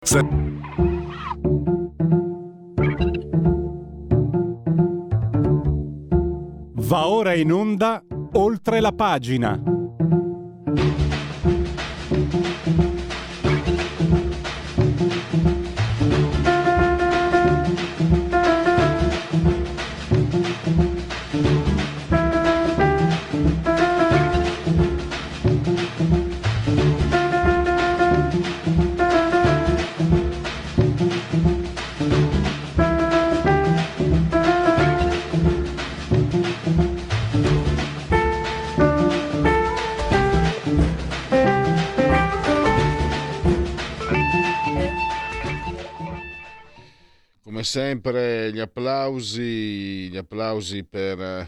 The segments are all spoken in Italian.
Va ora in onda Oltre la pagina. Come sempre gli applausi per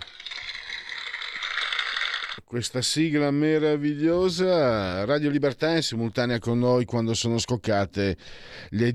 questa sigla meravigliosa. Radio Libertà in simultanea con noi quando sono scoccate le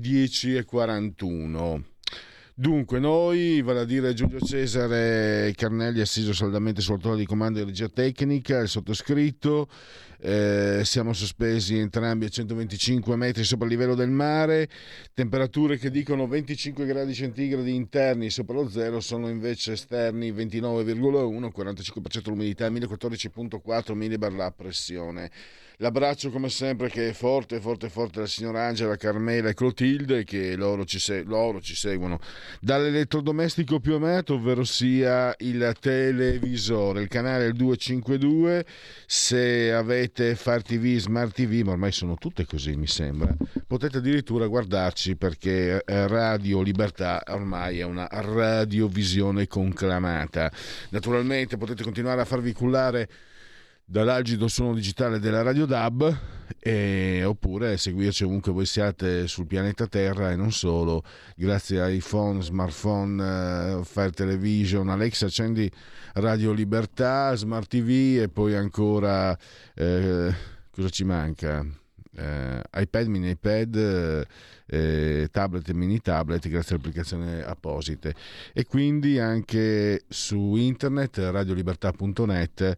10:41. Dunque noi, vale a dire Giulio Cesare Carnelli, assiso saldamente sulla torre di comando di regia tecnica, il sottoscritto, siamo sospesi entrambi a 125 metri sopra il livello del mare, temperature che dicono 25 gradi centigradi interni sopra lo zero, sono invece esterni 29,1, 45% l'umidità, 1014,4 millibar la pressione. L'abbraccio come sempre che è forte la signora Angela, Carmela e Clotilde, che loro ci seguono dall'elettrodomestico più amato, ovvero sia il televisore. Il canale è il 252, se avete Fire TV, Smart TV, ma ormai sono tutte così mi sembra, potete addirittura guardarci, perché Radio Libertà ormai è una radiovisione conclamata. Naturalmente potete continuare a farvi cullare dall'algido suono digitale della Radio DAB, oppure seguirci ovunque voi siate sul pianeta Terra e non solo, grazie a iPhone, smartphone, Fire Television. Alexa, accendi Radio Libertà, Smart TV, e poi ancora cosa ci manca? iPad, mini iPad, tablet e mini tablet, grazie alle applicazioni apposite, e quindi anche su internet radiolibertà.net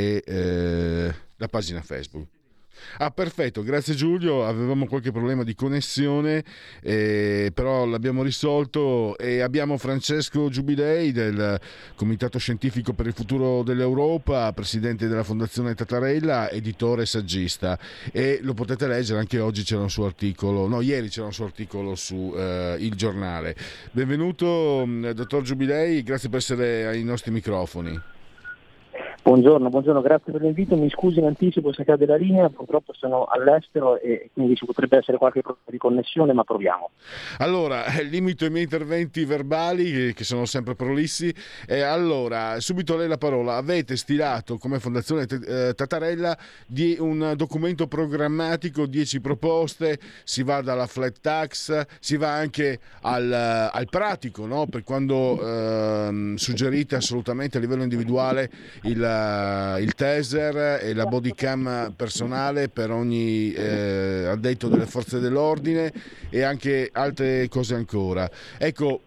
e la pagina Facebook. Ah, perfetto, grazie Giulio. Avevamo qualche problema di connessione, però l'abbiamo risolto, e abbiamo Francesco Giubilei del Comitato Scientifico per il Futuro dell'Europa, presidente della Fondazione Tattarella, editore e saggista, e lo potete leggere anche oggi. C'era un suo articolo, no, ieri c'era un suo articolo su Il Giornale. Benvenuto dottor Giubilei, grazie per essere ai nostri microfoni. Buongiorno, grazie per l'invito. Mi scusi in anticipo se cade la linea, purtroppo sono all'estero e quindi ci potrebbe essere qualche problema di connessione, ma proviamo. Allora, limito i miei interventi verbali che sono sempre prolissi. Allora, subito lei la parola. Avete stilato come Fondazione Tattarella di un documento programmatico, 10 proposte, si va dalla flat tax, si va anche al pratico, no? Per quando suggerite assolutamente a livello individuale il taser e la body cam personale per ogni addetto delle forze dell'ordine, e anche altre cose ancora. Ecco,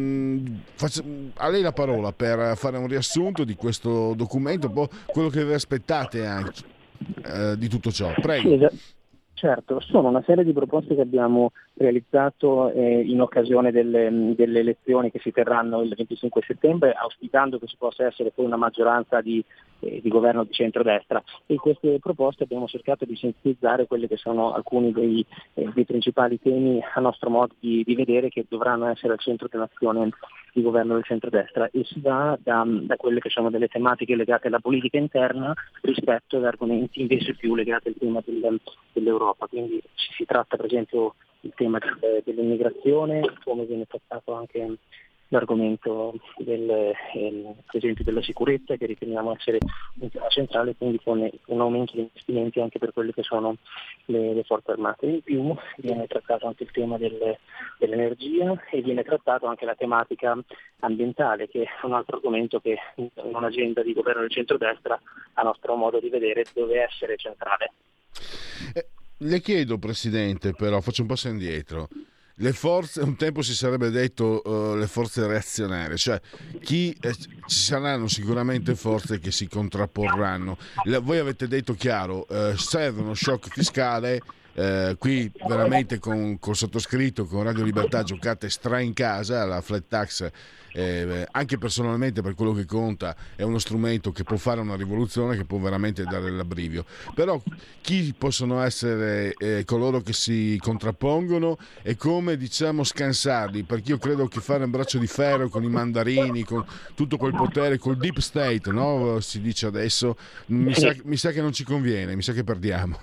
a lei la parola per fare un riassunto di questo documento, un po' quello che vi aspettate anche di tutto ciò. Prego. Certo, sono una serie di proposte che abbiamo realizzato in occasione delle elezioni che si terranno il 25 settembre, auspicando che ci possa essere poi una maggioranza di governo di centrodestra, e queste proposte abbiamo cercato di sintetizzare quelli che sono alcuni dei principali temi, a nostro modo di vedere, che dovranno essere al centro dell'azione di governo del centrodestra, e si va da quelle che sono delle tematiche legate alla politica interna rispetto ad argomenti invece più legati al tema dell'Europa. Quindi si tratta per esempio il tema dell'immigrazione, come viene trattato anche l'argomento per esempio della sicurezza, che riteniamo essere un tema centrale, quindi con un aumento di investimenti anche per quelle che sono le forze armate. In più viene trattato anche il tema dell'energia, e viene trattato anche la tematica ambientale, che è un altro argomento che in un'agenda di governo del centrodestra, a nostro modo di vedere, deve essere centrale. Le chiedo, Presidente, però faccio un passo indietro. Le forze, un tempo si sarebbe detto le forze reazionarie, cioè ci saranno sicuramente forze che si contrapporranno. Voi avete detto chiaro, serve uno shock fiscale qui veramente col sottoscritto, con Radio Libertà, giocate stra in casa. La flat tax, anche personalmente, per quello che conta, è uno strumento che può fare una rivoluzione, che può veramente dare l'abbrivio. Però chi possono essere coloro che si contrappongono e come, diciamo, scansarli? Perché io credo che fare un braccio di ferro con i mandarini, con tutto quel potere, col deep state, no? Si dice adesso, mi sa che non ci conviene, mi sa che perdiamo.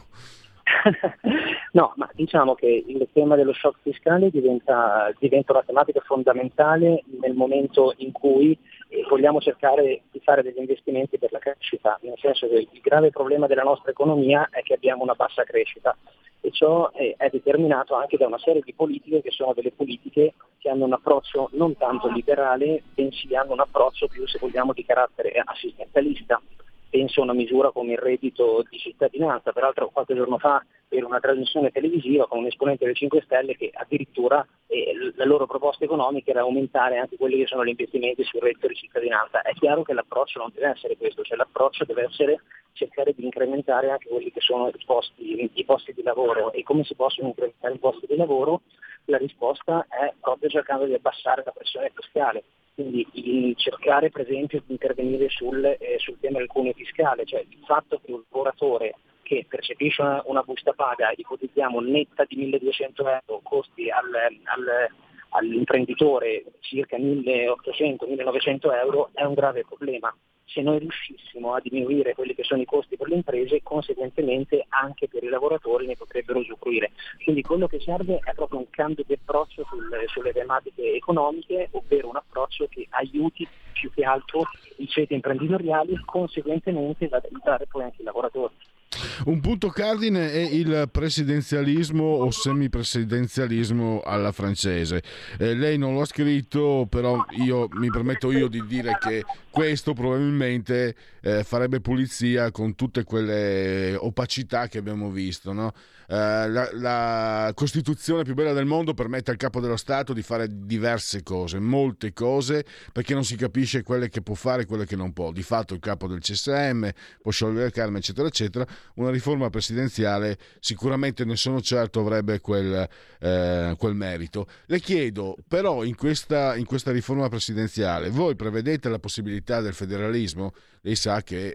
No, ma diciamo che il tema dello shock fiscale diventa una tematica fondamentale nel momento in cui vogliamo cercare di fare degli investimenti per la crescita, nel senso che il grave problema della nostra economia è che abbiamo una bassa crescita e ciò è determinato anche da una serie di politiche che sono delle politiche che hanno un approccio non tanto liberale, bensì hanno un approccio più, se vogliamo, di carattere assistenzialista. Penso a una misura come il reddito di cittadinanza, peraltro qualche giorno fa per una trasmissione televisiva con un esponente delle 5 Stelle che addirittura la loro proposta economica era aumentare anche quelli che sono gli investimenti sul reddito di cittadinanza. È chiaro che l'approccio non deve essere questo, cioè l'approccio deve essere cercare di incrementare anche quelli che sono i posti di lavoro. E come si possono incrementare i posti di lavoro? La risposta è proprio cercando di abbassare la pressione fiscale. Quindi cercare per esempio di intervenire sul tema del cuneo fiscale, cioè il fatto che un lavoratore che percepisce una busta paga, ipotizziamo netta di 1.200 euro, costi all'imprenditore circa 1.800-1.900 euro, è un grave problema. Se noi riuscissimo a diminuire quelli che sono i costi per le imprese, conseguentemente anche per i lavoratori ne potrebbero usufruire. Quindi quello che serve è proprio un cambio di approccio sulle tematiche economiche, ovvero un approccio che aiuti più che altro i ceti imprenditoriali e conseguentemente ad aiutare poi anche i lavoratori. Un punto cardine è il presidenzialismo o semipresidenzialismo alla francese. Lei non lo ha scritto, però mi permetto di dire che questo probabilmente farebbe pulizia con tutte quelle opacità che abbiamo visto, no? La Costituzione più bella del mondo permette al capo dello Stato di fare diverse cose, molte cose, perché non si capisce quelle che può fare e quelle che non può. Di fatto il capo del CSM può sciogliere il Carme, eccetera eccetera. Una riforma presidenziale sicuramente, ne sono certo, avrebbe quel merito. Le chiedo però, in questa riforma presidenziale voi prevedete la possibilità del federalismo? Lei sa che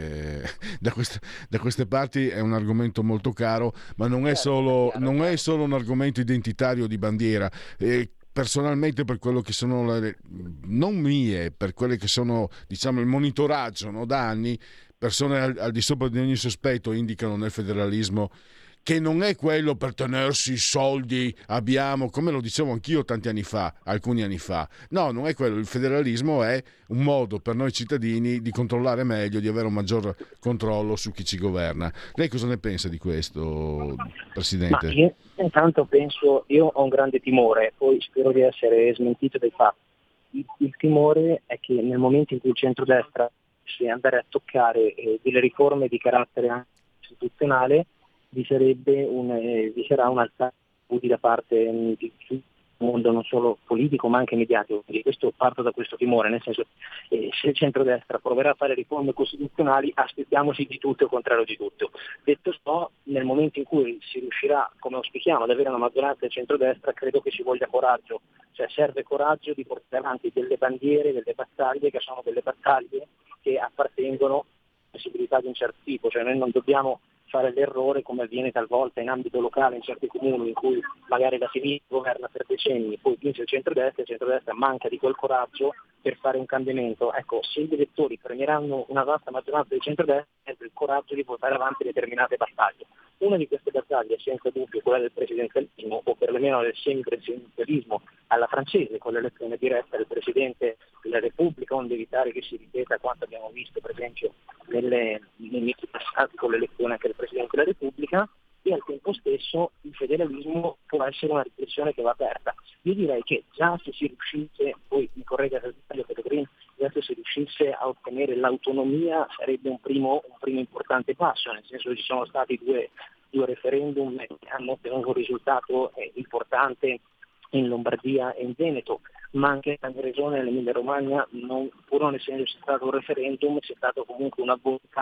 da queste parti è un argomento molto caro, ma non è solo un argomento identitario di bandiera. Personalmente, per quello che sono non mie, per quelle che sono, diciamo, il monitoraggio, no, da anni, persone al di sopra di ogni sospetto indicano nel federalismo che non è quello per tenersi i soldi, abbiamo, come lo dicevo anch'io alcuni anni fa. No, non è quello. Il federalismo è un modo per noi cittadini di controllare meglio, di avere un maggior controllo su chi ci governa. Lei cosa ne pensa di questo, Presidente? Ma io intanto io ho un grande timore, poi spero di essere smentito dai fatti. Il timore è che nel momento in cui il centrodestra si andare a toccare delle riforme di carattere anche istituzionale, vi sarà un'alzata da parte di tutto il mondo, non solo politico ma anche mediatico. Quindi parto da questo timore, nel senso se il centrodestra proverà a fare riforme costituzionali, aspettiamoci di tutto e il contrario di tutto. Detto ciò, nel momento in cui si riuscirà, come auspichiamo, ad avere una maggioranza del centrodestra, credo che ci voglia coraggio, cioè serve coraggio di portare avanti delle bandiere, delle battaglie che sono delle battaglie che appartengono a possibilità di un certo tipo, cioè noi non dobbiamo fare l'errore, come avviene talvolta in ambito locale in certi comuni in cui magari la sinistra governa per decenni, poi vince il centrodestra manca di quel coraggio per fare un cambiamento. Ecco, se gli elettori premieranno una vasta maggioranza del centrodestra, è il coraggio di portare avanti determinate battaglie. Una di queste battaglie è senza dubbio quella del presidenzialismo, o perlomeno del semipresidenzialismo alla francese, con l'elezione diretta del Presidente della Repubblica, onde evitare che si ripeta quanto abbiamo visto per esempio nei mesi passati con l'elezione anche del Presidente della Repubblica, e al tempo stesso il federalismo può essere una riflessione che va aperta. Io direi che già se si riuscisse, poi mi corregga se sbaglio Pellegrini, già se si riuscisse a ottenere l'autonomia sarebbe un primo importante passo, nel senso che ci sono stati due referendum che hanno ottenuto un risultato importante in Lombardia e in Veneto, ma anche in regione, nell'Emilia Romagna, pur non essendoci stato un referendum, c'è stato comunque una volontà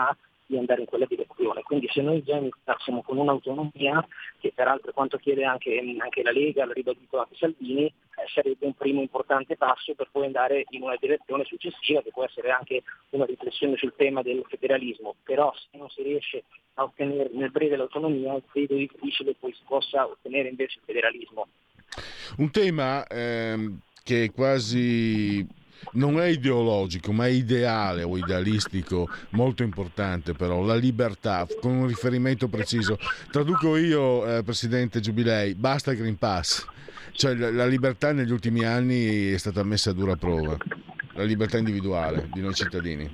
di andare in quella direzione. Quindi se noi già iniziassimo con un'autonomia, che peraltro è quanto chiede anche la Lega, l'ha ribadito anche Salvini, sarebbe un primo importante passo per poi andare in una direzione successiva, che può essere anche una riflessione sul tema del federalismo. Però se non si riesce a ottenere nel breve l'autonomia, vedo difficile poi si possa ottenere invece il federalismo. Un tema che quasi non è ideologico, ma è ideale o idealistico, molto importante però, la libertà, con un riferimento preciso. Traduco io, Presidente Giubilei, basta il Green Pass. Cioè la libertà negli ultimi anni è stata messa a dura prova, la libertà individuale di noi cittadini.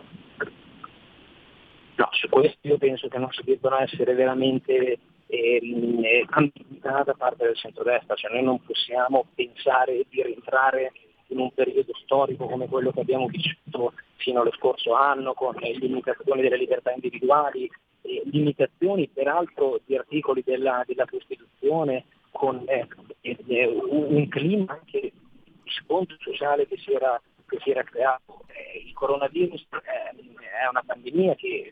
No, su questo io penso che non ci debbano essere veramente ambiguità da parte del centrodestra, cioè noi non possiamo pensare di rientrare in un periodo storico come quello che abbiamo vissuto fino allo scorso anno, con limitazioni delle libertà individuali, limitazioni peraltro di articoli della Costituzione, con un clima anche di scontro sociale che si era creato. Il coronavirus è una pandemia che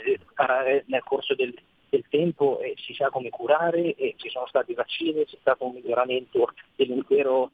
nel corso del tempo si sa come curare, e ci sono stati vaccini, c'è stato un miglioramento dell'intero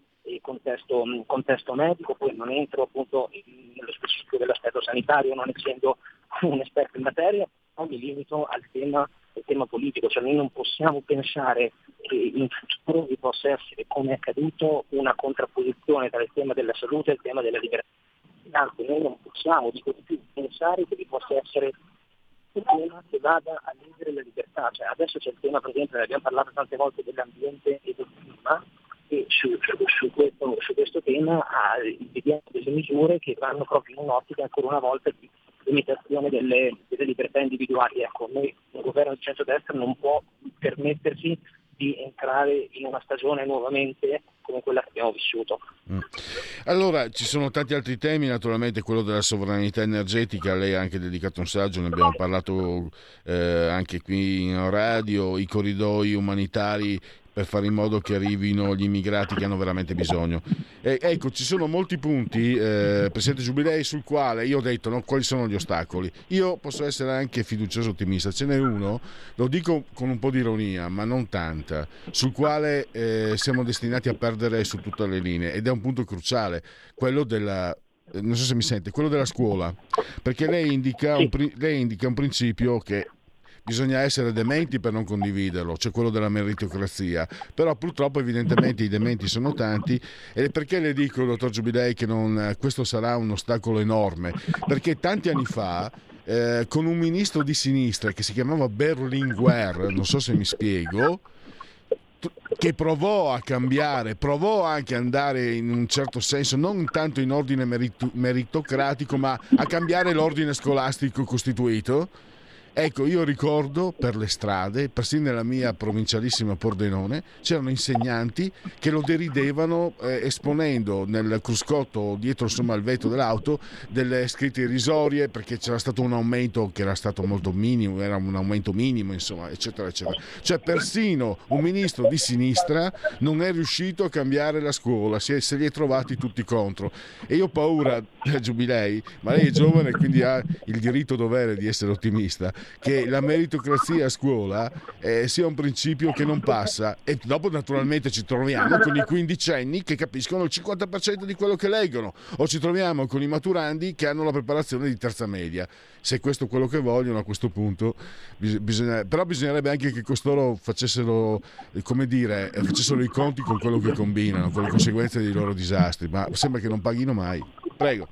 contesto medico. Poi non entro appunto nello specifico dell'aspetto sanitario, non essendo un esperto in materia, ma mi limito al tema politico, cioè noi non possiamo pensare che in futuro vi possa essere, come è accaduto, una contrapposizione tra il tema della salute e il tema della libertà. Anzi, noi non possiamo di più pensare che vi possa essere un tema che vada a ledere la libertà. Cioè, adesso c'è il tema, per esempio, ne abbiamo parlato tante volte, dell'ambiente e del clima, e su questo tema vediamo delle misure che vanno proprio in un'ottica, ancora una volta, di limitazione delle libertà individuali. Ecco, noi, il governo di centrodestra, non può permettersi di entrare in una stagione nuovamente come quella che abbiamo vissuto. Allora, ci sono tanti altri temi, naturalmente quello della sovranità energetica, lei ha anche dedicato un saggio, ne abbiamo parlato anche qui in radio, i corridoi umanitari per fare in modo che arrivino gli immigrati che hanno veramente bisogno. Ecco, ci sono molti punti, Presidente Giubilei, sul quale io ho detto, no, quali sono gli ostacoli. Io posso essere anche fiducioso ottimista, ce n'è uno, lo dico con un po' di ironia, ma non tanta, sul quale siamo destinati a perdere su tutte le linee, ed è un punto cruciale, quello della... non so se mi sente, quello della scuola, perché lei indica un principio che bisogna essere dementi per non condividerlo, cioè quello della meritocrazia, però purtroppo evidentemente i dementi sono tanti. E perché le dico, dottor Giubilei, che questo sarà un ostacolo enorme? Perché tanti anni fa, con un ministro di sinistra che si chiamava Berlinguer, non so se mi spiego, che provò a cambiare, provò anche ad andare in un certo senso, non tanto in ordine meritocratico, ma a cambiare l'ordine scolastico costituito. Ecco, io ricordo per le strade, persino nella mia provincialissima Pordenone, c'erano insegnanti che lo deridevano esponendo nel cruscotto dietro, insomma, al vetro dell'auto, delle scritte irrisorie, perché c'era stato un aumento che era stato molto minimo, era un aumento minimo, insomma, eccetera, eccetera. Cioè persino un ministro di sinistra non è riuscito a cambiare la scuola, se li è trovati tutti contro. E io ho paura, Giubilei, ma lei è giovane, quindi ha il diritto-dovere di essere ottimista, che la meritocrazia a scuola sia un principio che non passa, e dopo naturalmente ci troviamo con i quindicenni che capiscono il 50% di quello che leggono, o ci troviamo con i maturandi che hanno la preparazione di terza media. Se questo è quello che vogliono, a questo punto però bisognerebbe anche che costoro facessero, come dire, facessero i conti con quello che combinano, con le conseguenze dei loro disastri, ma sembra che non paghino mai. Prego.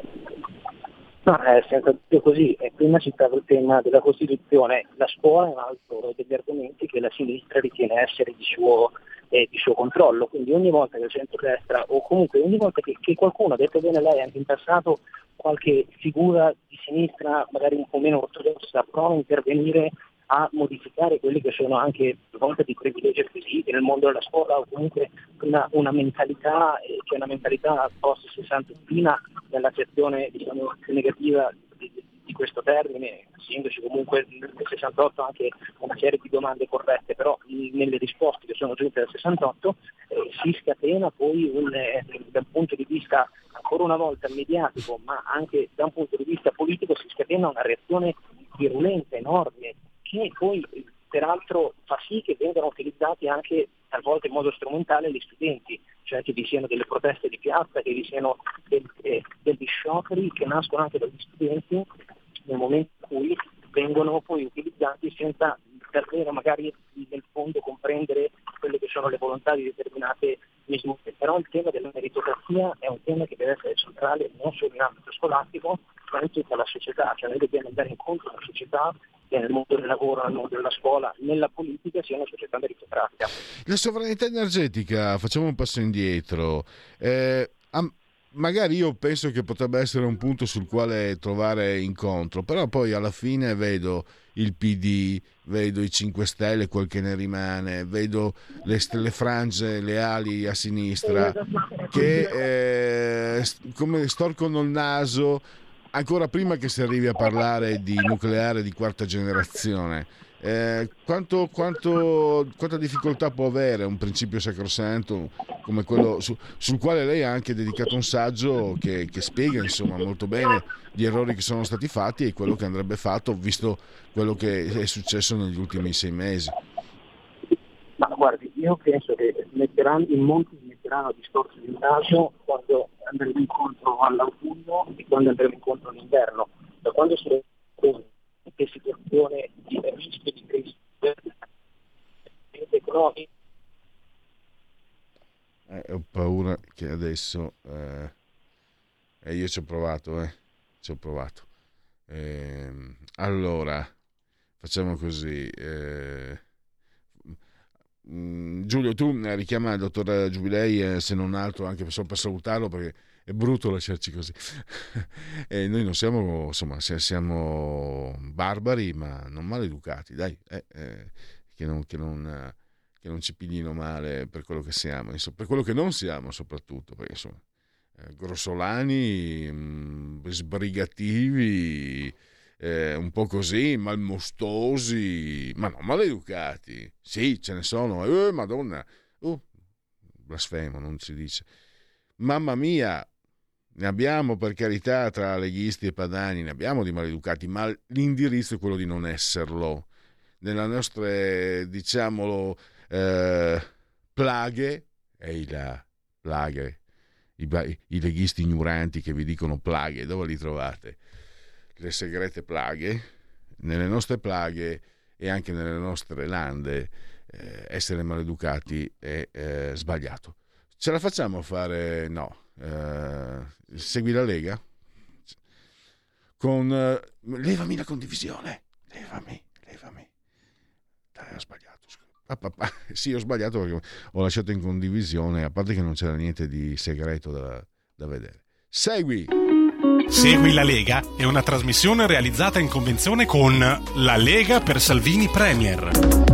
No, senza dubbio così. Prima citavo il tema della Costituzione. La scuola è un altro degli argomenti che la sinistra ritiene essere di suo controllo, quindi ogni volta che il centrodestra, o comunque ogni volta che qualcuno, ha detto bene lei anche in passato, qualche figura di sinistra magari un po' meno ortodossa, prova a intervenire a modificare quelli che sono anche volte di privilegi acquisiti nel mondo della scuola, o comunque una mentalità che è una mentalità post-sessantina nell'accezione, diciamo, più negativa di questo termine, essendoci comunque nel 68 anche una serie di domande corrette, però nelle risposte che sono giunte dal 68 si scatena poi da un punto di vista ancora una volta mediatico, ma anche da un punto di vista politico, si scatena una reazione virulenza, enorme, che poi peraltro fa sì che vengano utilizzati anche talvolta in modo strumentale gli studenti, cioè che vi siano delle proteste di piazza, che vi siano degli scioperi che nascono anche dagli studenti nel momento in cui vengono poi utilizzati senza davvero magari nel fondo comprendere quelle che sono le volontà di determinate misure. Però il tema della meritocrazia è un tema che deve essere centrale non solo in ambito scolastico, ma in tutta la società, cioè noi dobbiamo andare incontro a una società che nel mondo del lavoro, nel mondo della scuola, nella politica sia una società meritocratica. La sovranità energetica, facciamo un passo indietro. Magari io penso che potrebbe essere un punto sul quale trovare incontro, però poi alla fine vedo il PD, vedo i 5 Stelle, quel che ne rimane, vedo le frange leali a sinistra che come storcono il naso ancora prima che si arrivi a parlare di nucleare di quarta generazione. Quanta difficoltà può avere un principio sacrosanto come quello sul quale lei ha anche dedicato un saggio che spiega insomma molto bene gli errori che sono stati fatti e quello che andrebbe fatto visto quello che è successo negli ultimi 6 mesi? Ma guardi, io penso che in molti metteranno a discorso di naso quando andremo incontro all'autunno e quando andremo incontro all'inverno. Da quando si che situazione di rischio di crisi economica. Ho paura che adesso io ci ho provato. Allora facciamo così. Giulio, tu richiama il dottor Giubilei, se non altro anche solo per salutarlo, perché è brutto lasciarci così. E noi non siamo, insomma, siamo barbari, ma non maleducati, dai, che non ci piglino male per quello che siamo, insomma, per quello che non siamo soprattutto, perché insomma, grossolani, sbrigativi, un po' così, malmostosi, ma non maleducati. Sì, ce ne sono, madonna, blasfemo, non si dice. Mamma mia, ne abbiamo per carità tra leghisti e padani, ne abbiamo di maleducati, ma l'indirizzo è quello di non esserlo. Nelle nostre, diciamolo, plaghe, i leghisti ignoranti che vi dicono plaghe, dove li trovate? Le segrete plaghe, nelle nostre plaghe e anche nelle nostre lande, essere maleducati è sbagliato. Ce la facciamo fare? No. Segui la Lega? Con levami la condivisione, levami. Dai, ho sbagliato. Sì, ho sbagliato perché ho lasciato in condivisione, a parte che non c'era niente di segreto da vedere. Segui La Lega è una trasmissione realizzata in convenzione con La Lega per Salvini Premier.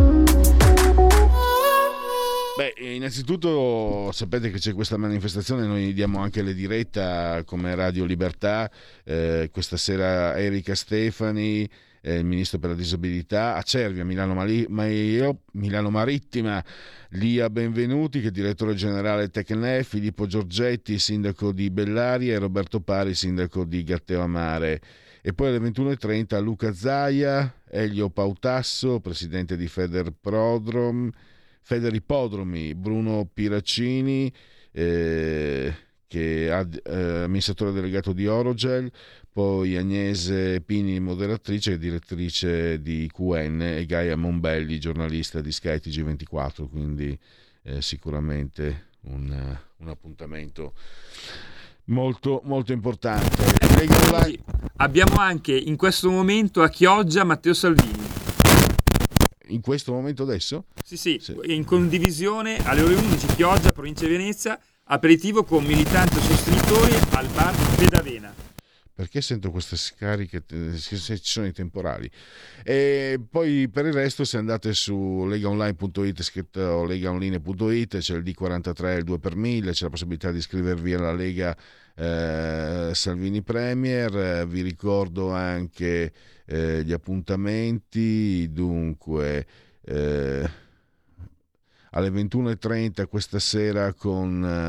Beh, innanzitutto sapete che c'è questa manifestazione, noi diamo anche le diretta come Radio Libertà, questa sera Erika Stefani, il ministro per la disabilità, a Cervia, Milano Marittima, Lia Benvenuti che è direttore generale Tecne, Filippo Giorgetti, sindaco di Bellaria, e Roberto Pari, sindaco di Gatteo a Mare. E poi alle 21.30 Luca Zaia, Elio Pautasso, presidente di Federipodromi, Bruno Piracini, che è amministratore delegato di Orogel, poi Agnese Pini, moderatrice e direttrice di QN, e Gaia Monbelli, giornalista di Sky TG24, quindi sicuramente un appuntamento molto, molto importante. Abbiamo anche in questo momento a Chioggia Matteo Salvini. In questo momento adesso? Sì. In condivisione alle ore 11 Chioggia, provincia di Venezia, aperitivo con militanti o sostenitori al bar Pedavena. Perché sento queste scariche, se ci sono i temporali. E poi per il resto, se andate su legaonline.it, scritto legaonline.it, c'è il D43, il 2 per 1000, c'è la possibilità di iscrivervi alla Lega Salvini Premier. Vi ricordo anche gli appuntamenti, dunque alle 21.30 questa sera con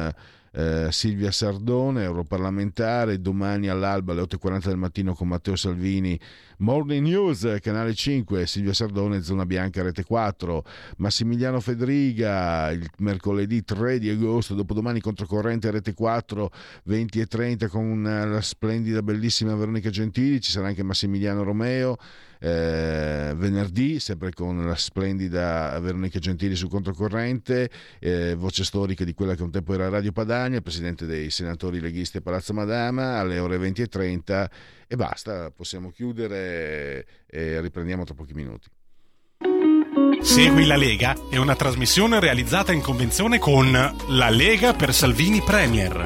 Silvia Sardone, europarlamentare. Domani all'alba alle 8.40 del mattino con Matteo Salvini, Morning News, canale 5, Silvia Sardone, Zona Bianca, Rete 4. Massimiliano Fedriga il mercoledì 3 di agosto, dopodomani Controcorrente, Rete 4, 20.30 con la splendida, bellissima Veronica Gentili. Ci sarà anche Massimiliano Romeo. Venerdì sempre con la splendida Veronica Gentili su Controcorrente, voce storica di quella che un tempo era Radio Padania, il presidente dei senatori leghisti a Palazzo Madama, alle ore 20.30. E basta, possiamo chiudere e riprendiamo tra pochi minuti. Segui la Lega è una trasmissione realizzata in convenzione con La Lega per Salvini Premier.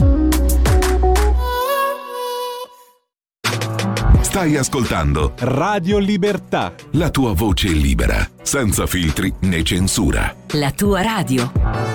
Stai ascoltando Radio Libertà, la tua voce libera, senza filtri né censura. La tua radio.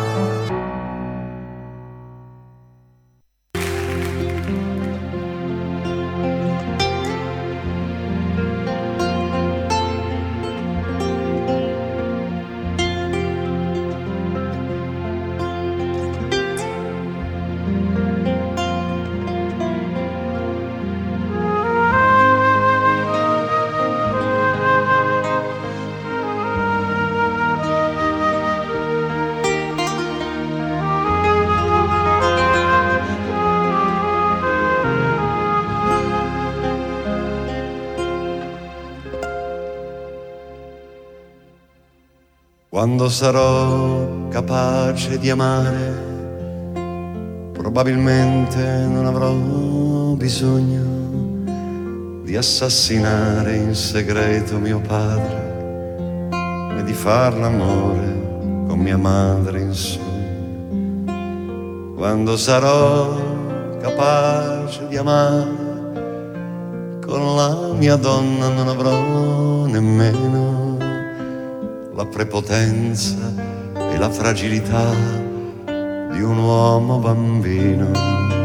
Quando sarò capace di amare, probabilmente non avrò bisogno di assassinare in segreto mio padre e di far l'amore con mia madre in sogno. Quando sarò capace di amare, con la mia donna non avrò nemmeno la prepotenza e la fragilità di un uomo bambino.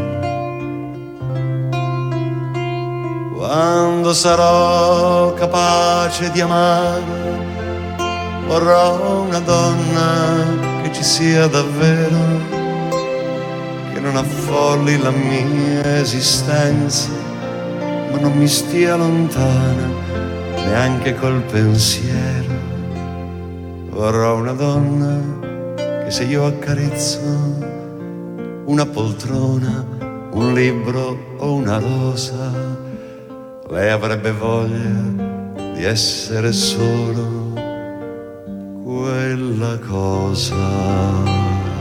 Quando sarò capace di amare, vorrò una donna che ci sia davvero, che non affolli la mia esistenza, ma non mi stia lontana neanche col pensiero. Vorrò una donna che se io accarezzo una poltrona, un libro o una rosa, lei avrebbe voglia di essere solo quella cosa.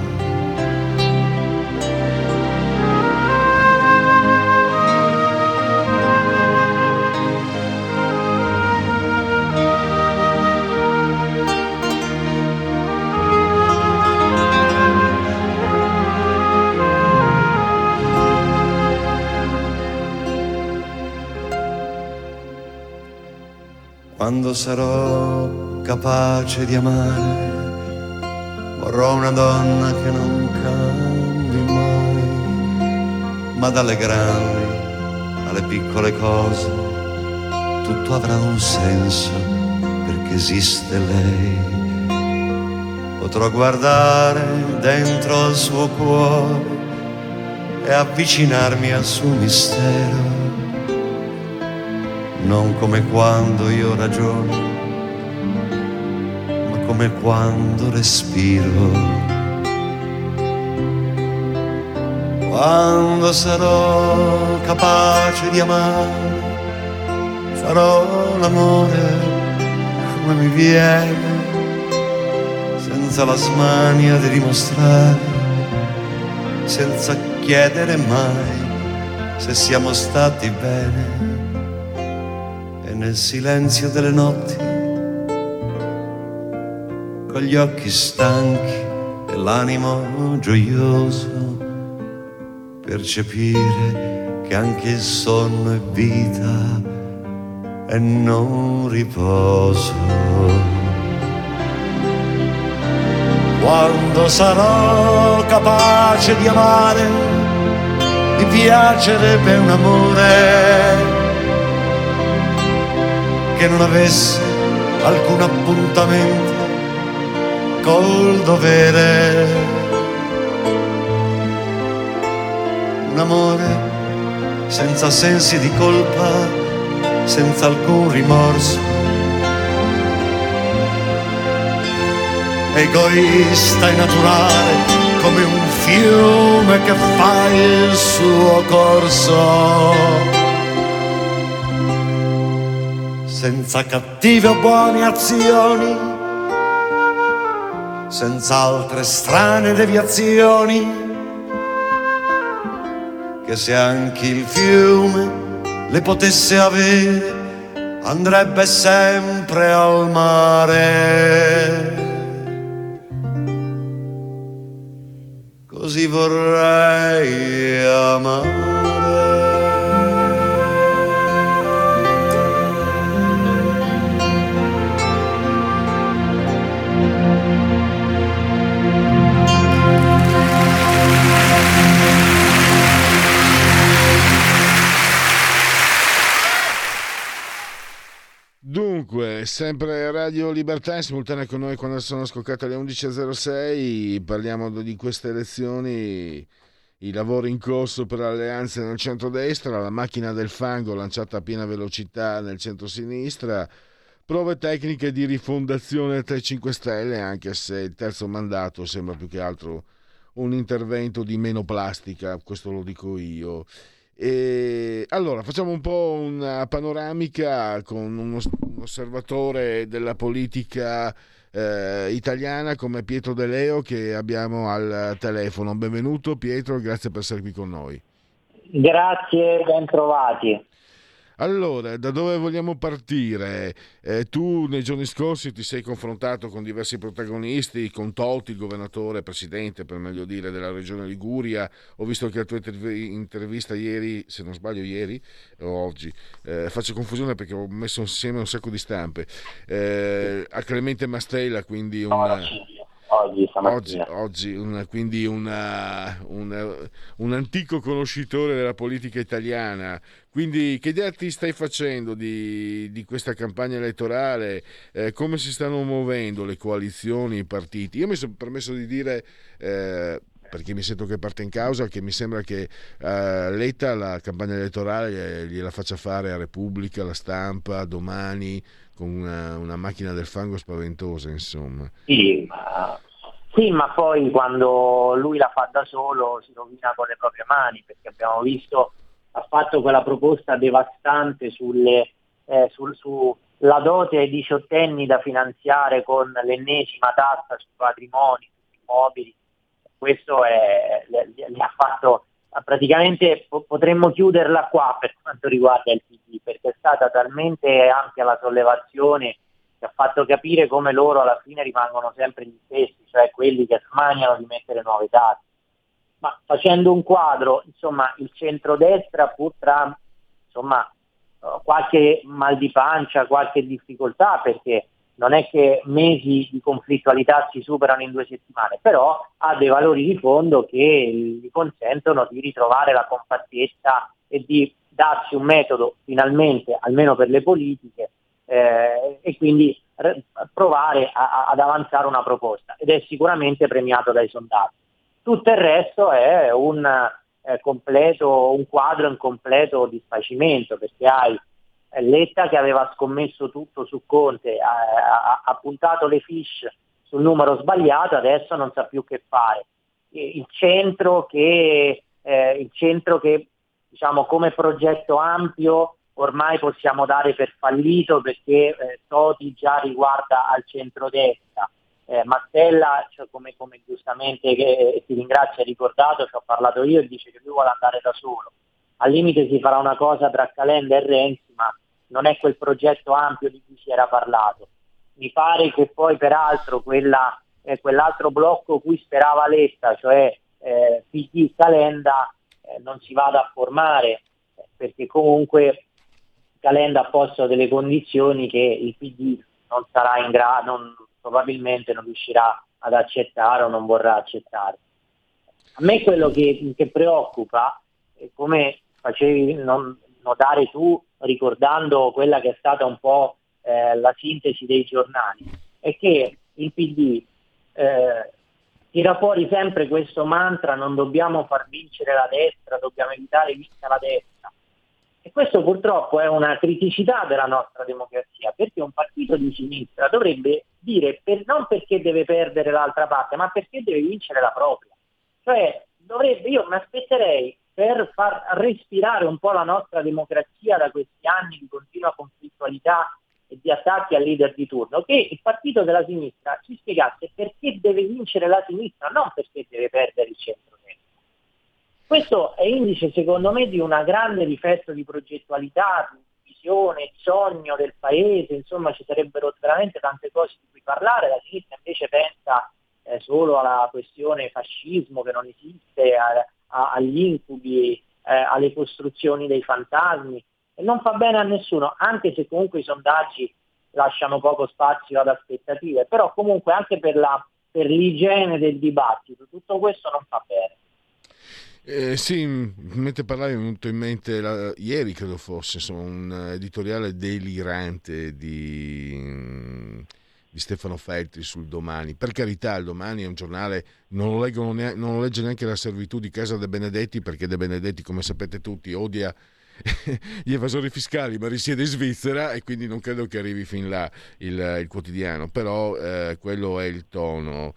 Quando sarò capace di amare, vorrò una donna che non cambi mai, ma dalle grandi alle piccole cose tutto avrà un senso perché esiste lei. Potrò guardare dentro al suo cuore e avvicinarmi al suo mistero, non come quando io ragiono, ma come quando respiro. Quando sarò capace di amare, farò l'amore come mi viene, senza la smania di dimostrare, senza chiedere mai se siamo stati bene. Nel silenzio delle notti, con gli occhi stanchi e l'animo gioioso, percepire che anche il sonno è vita e non riposo. Quando sarò capace di amare, di piacere per un amore che non avesse alcun appuntamento col dovere, un amore senza sensi di colpa, senza alcun rimorso, egoista e naturale come un fiume che fa il suo corso, senza cattive o buone azioni, senza altre strane deviazioni, che se anche il fiume le potesse avere, andrebbe sempre al mare. Così vorrei amare. Dunque, sempre Radio Libertà in simultanea con noi quando sono scoccate le 11.06, parliamo di queste elezioni, i lavori in corso per alleanze nel centrodestra, la macchina del fango lanciata a piena velocità nel centrosinistra, prove tecniche di rifondazione tra i 5 Stelle, anche se il terzo mandato sembra più che altro un intervento di meno plastica, questo lo dico io. E allora facciamo un po' una panoramica con un osservatore della politica italiana come Pietro De Leo, che abbiamo al telefono. Benvenuto Pietro, grazie per essere qui con noi. Grazie, ben trovati. Allora, da dove vogliamo partire? Tu nei giorni scorsi ti sei confrontato con diversi protagonisti, con Toti, il governatore, presidente per meglio dire, della regione Liguria. Ho visto che la tua intervista ieri, se non sbaglio ieri o oggi, faccio confusione perché ho messo insieme un sacco di stampe, a Clemente Mastella, quindi quindi un antico conoscitore della politica italiana. Quindi che idea ti stai facendo di questa campagna elettorale? Come si stanno muovendo le coalizioni, i partiti? Io mi sono permesso di dire, perché mi sento che parte in causa, che mi sembra che Letta la campagna elettorale gliela faccia fare a Repubblica, La Stampa, Domani, con una macchina del fango spaventosa, insomma. Sì, ma poi quando lui la fa da solo si rovina con le proprie mani, perché abbiamo visto, ha fatto quella proposta devastante sulla dote ai diciottenni da finanziare con l'ennesima tassa sui patrimoni, sugli immobili. Questo li ha fatto, praticamente potremmo chiuderla qua per quanto riguarda il PD, perché è stata talmente ampia la sollevazione che ha fatto capire come loro alla fine rimangono sempre gli stessi, cioè quelli che smaniano di mettere nuove tasse. Ma facendo un quadro, insomma, il centrodestra pur tra qualche mal di pancia, qualche difficoltà, perché non è che mesi di conflittualità si superano in 2 settimane, però ha dei valori di fondo che gli consentono di ritrovare la compattezza e di darsi un metodo finalmente, almeno per le politiche, e quindi provare ad avanzare una proposta, ed è sicuramente premiato dai sondaggi. Tutto il resto è un quadro in completo disfacimento, perché hai Letta che aveva scommesso tutto su Conte, ha puntato le fiche sul numero sbagliato, adesso non sa più che fare. Il centro che diciamo come progetto ampio ormai possiamo dare per fallito, perché Toti già riguarda al centrodestra. Mastella, cioè, come giustamente ti ringrazio, hai ricordato, ci ho parlato io, e dice che lui vuole andare da solo. Al limite si farà una cosa tra Calenda e Renzi, ma non è quel progetto ampio di cui si era parlato. Mi pare che poi peraltro quell'altro blocco cui sperava Letta, cioè PD Calenda, non si vada a formare, perché comunque Calenda ha posto delle condizioni che il PD non sarà in grado, probabilmente non riuscirà ad accettare o non vorrà accettare. A me quello che preoccupa, come facevi notare tu ricordando quella che è stata un po' la sintesi dei giornali, è che il PD tira fuori sempre questo mantra: non dobbiamo far vincere la destra, dobbiamo evitare vinca la destra. E questo purtroppo è una criticità della nostra democrazia, perché un partito di sinistra dovrebbe dire non perché deve perdere l'altra parte, ma perché deve vincere la propria. Cioè, io mi aspetterei, per far respirare un po' la nostra democrazia da questi anni di continua conflittualità e di attacchi al leader di turno, che il partito della sinistra ci spiegasse perché deve vincere la sinistra, non perché deve perdere il centrodestra. Questo è indice, secondo me, di un grande difetto di progettualità, di visione, sogno del paese. Insomma, ci sarebbero veramente tante cose di cui parlare. La sinistra invece pensa solo alla questione fascismo che non esiste, agli incubi, alle costruzioni dei fantasmi, e non fa bene a nessuno, anche se comunque i sondaggi lasciano poco spazio ad aspettative, però comunque anche per l'igiene del dibattito tutto questo non fa bene. Sì, mentre parlavi mi è venuto in mente ieri, credo fosse, insomma, un editoriale delirante di Stefano Feltri sul Domani. Per carità, il Domani è un giornale, non lo legge neanche la servitù di casa De Benedetti, perché De Benedetti, come sapete tutti, odia gli evasori fiscali, ma risiede in Svizzera e quindi non credo che arrivi fin là il quotidiano, però quello è il tono.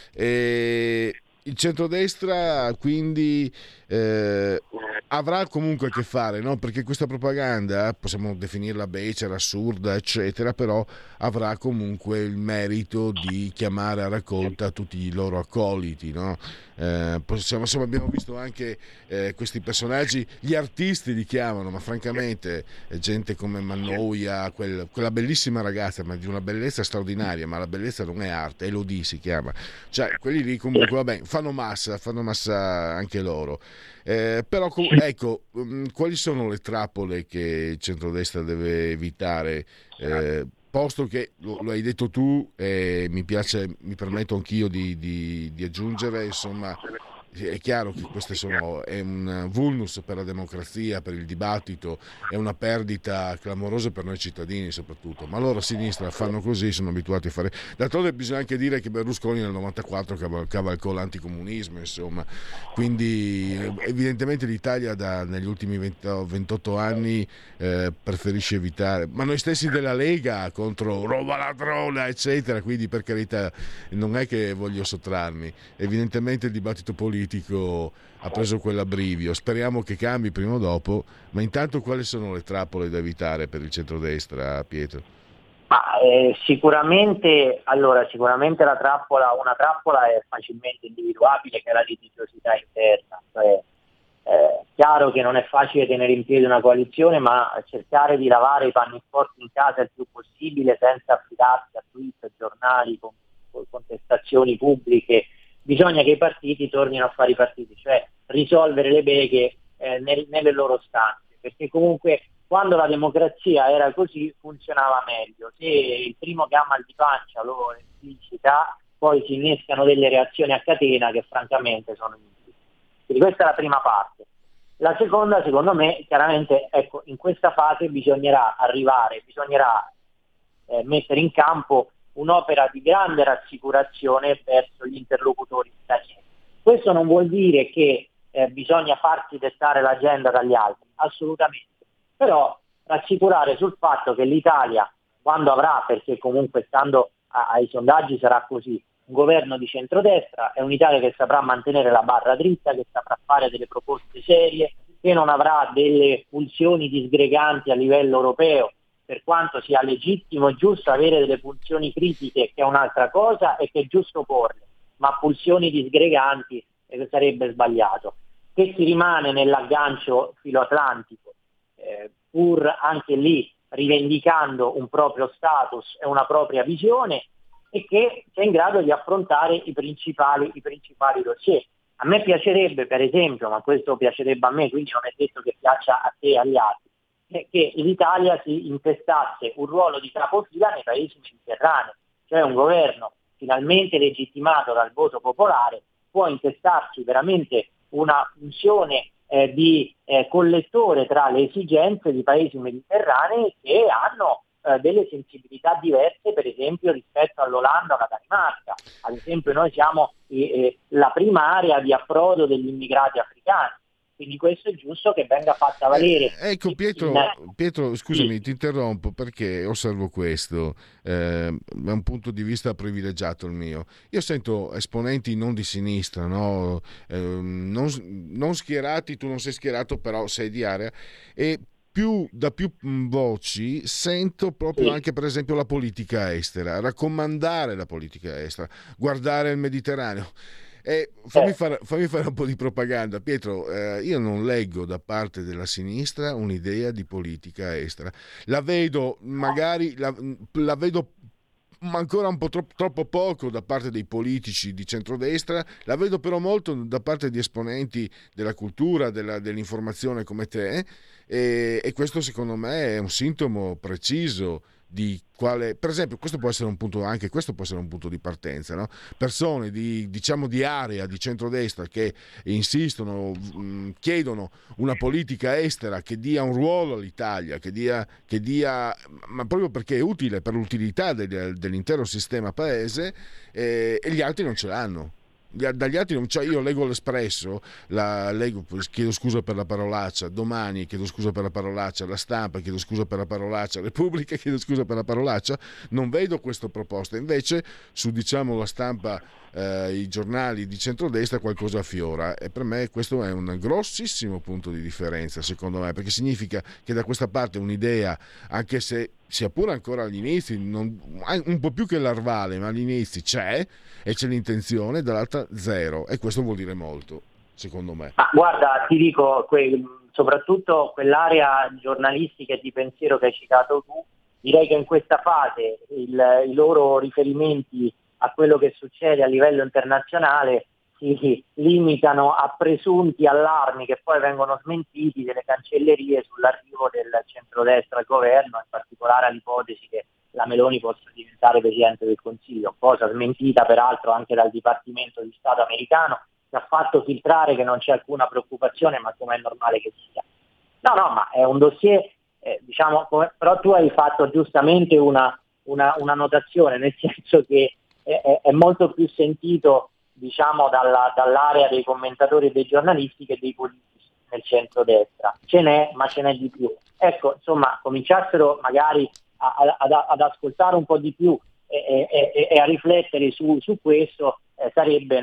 Il centrodestra quindi avrà comunque a che fare, no? Perché questa propaganda possiamo definirla becera, assurda, eccetera, però avrà comunque il merito di chiamare a raccolta tutti i loro accoliti, no? Insomma, abbiamo visto anche questi personaggi, gli artisti li chiamano, ma francamente gente come Mannoia, quella bellissima ragazza, ma di una bellezza straordinaria, ma la bellezza non è arte, Elodie si chiama, cioè quelli lì comunque vabbè, fanno massa anche loro. Però ecco, quali sono le trappole che il centrodestra deve evitare? Posto che lo hai detto tu, mi permetto anch'io di aggiungere, insomma, è chiaro che è un vulnus per la democrazia, per il dibattito, è una perdita clamorosa per noi cittadini soprattutto, ma loro a sinistra fanno così, sono abituati a fare. D'altronde bisogna anche dire che Berlusconi nel 94 cavalcò l'anticomunismo, insomma, quindi evidentemente l'Italia negli ultimi 28 anni preferisce evitare, ma noi stessi della Lega contro roba ladrona eccetera, quindi per carità non è che voglio sottrarmi, evidentemente il dibattito politico ha preso quell'abbrivio, speriamo che cambi prima o dopo, ma intanto quali sono le trappole da evitare per il centrodestra, Pietro? Sicuramente una trappola è facilmente individuabile, che è la litigiosità interna, cioè chiaro che non è facile tenere in piedi una coalizione, ma cercare di lavare i panni sporchi in casa il più possibile senza affidarsi a tweet, giornali, con contestazioni pubbliche. Bisogna che i partiti tornino a fare i partiti, cioè risolvere le beghe nelle loro stanze, perché comunque quando la democrazia era così funzionava meglio. Se il primo che ha mal di pancia lo esplicita, poi si innescano delle reazioni a catena che francamente sono inutili. Quindi questa è la prima parte. La seconda, secondo me, chiaramente, ecco, in questa fase bisognerà mettere in campo un'opera di grande rassicurazione verso gli interlocutori italiani. Questo non vuol dire che bisogna farsi dettare l'agenda dagli altri, assolutamente, però rassicurare sul fatto che l'Italia, quando avrà, perché comunque stando ai sondaggi sarà così, un governo di centrodestra, è un'Italia che saprà mantenere la barra dritta, che saprà fare delle proposte serie, che non avrà delle pulsioni disgreganti a livello europeo, per quanto sia legittimo e giusto avere delle pulsioni critiche, che è un'altra cosa, e che è giusto porle, ma pulsioni disgreganti sarebbe sbagliato. Che si rimane nell'aggancio filoatlantico, pur anche lì rivendicando un proprio status e una propria visione, e che sia in grado di affrontare i principali dossier. A me piacerebbe, per esempio, ma questo piacerebbe a me, quindi non è detto che piaccia a te e agli altri, che l'Italia si intestasse un ruolo di capofila nei paesi mediterranei, cioè un governo finalmente legittimato dal voto popolare può intestarsi veramente una funzione di collettore tra le esigenze di paesi mediterranei che hanno delle sensibilità diverse, per esempio rispetto all'Olanda o alla Danimarca. Ad esempio noi siamo la prima area di approdo degli immigrati africani. Quindi questo è giusto che venga fatta valere. Ecco Pietro, scusami, ti interrompo perché osservo questo, è un punto di vista privilegiato il mio. Io sento esponenti non di sinistra, no? Non schierati, tu non sei schierato, però sei di area, e da più voci sento proprio anche per esempio la politica estera, raccomandare la politica estera, guardare il Mediterraneo. Fammi fare un po' di propaganda, Pietro. Io non leggo da parte della sinistra un'idea di politica estera. La vedo, magari la vedo ancora un po' troppo poco da parte dei politici di centrodestra, la vedo però molto da parte di esponenti della cultura, dell'informazione come te, e questo secondo me è un sintomo preciso di quale, per esempio, questo può essere un punto di partenza, no? Persone di area di centrodestra che insistono, chiedono una politica estera che dia un ruolo all'Italia, che dia, ma proprio perché è utile per l'utilità dell'intero sistema paese, e gli altri non ce l'hanno. Dagli altri non c'è. Io leggo l'Espresso, leggo, chiedo scusa per la parolaccia, Domani chiedo scusa per la parolaccia, La Stampa chiedo scusa per la parolaccia, Repubblica chiedo scusa per la parolaccia, non vedo questa proposta. Invece su La Stampa, i giornali di centrodestra qualcosa affiora, e per me questo è un grossissimo punto di differenza, secondo me, perché significa che da questa parte un'idea, anche se sia pure ancora agli inizi, un po' più che larvale, ma agli inizi c'è, e c'è l'intenzione, dall'altra zero, e questo vuol dire molto, secondo me. Ma guarda, ti dico, soprattutto quell'area giornalistica e di pensiero che hai citato tu, direi che in questa fase i loro riferimenti a quello che succede a livello internazionale si limitano a presunti allarmi che poi vengono smentiti delle cancellerie sull'arrivo del centrodestra al governo, in particolare all'ipotesi che la Meloni possa diventare Presidente del Consiglio, cosa smentita peraltro anche dal Dipartimento di Stato americano, che ha fatto filtrare che non c'è alcuna preoccupazione, ma come è normale che sia. No, ma è un dossier, però tu hai fatto giustamente una notazione, nel senso che è molto più sentito, dall'area dei commentatori e dei giornalisti che dei politici nel centrodestra. Ce n'è, ma ce n'è di più. Ecco, insomma, cominciassero magari ad ascoltare un po' di più e a riflettere su questo, sarebbe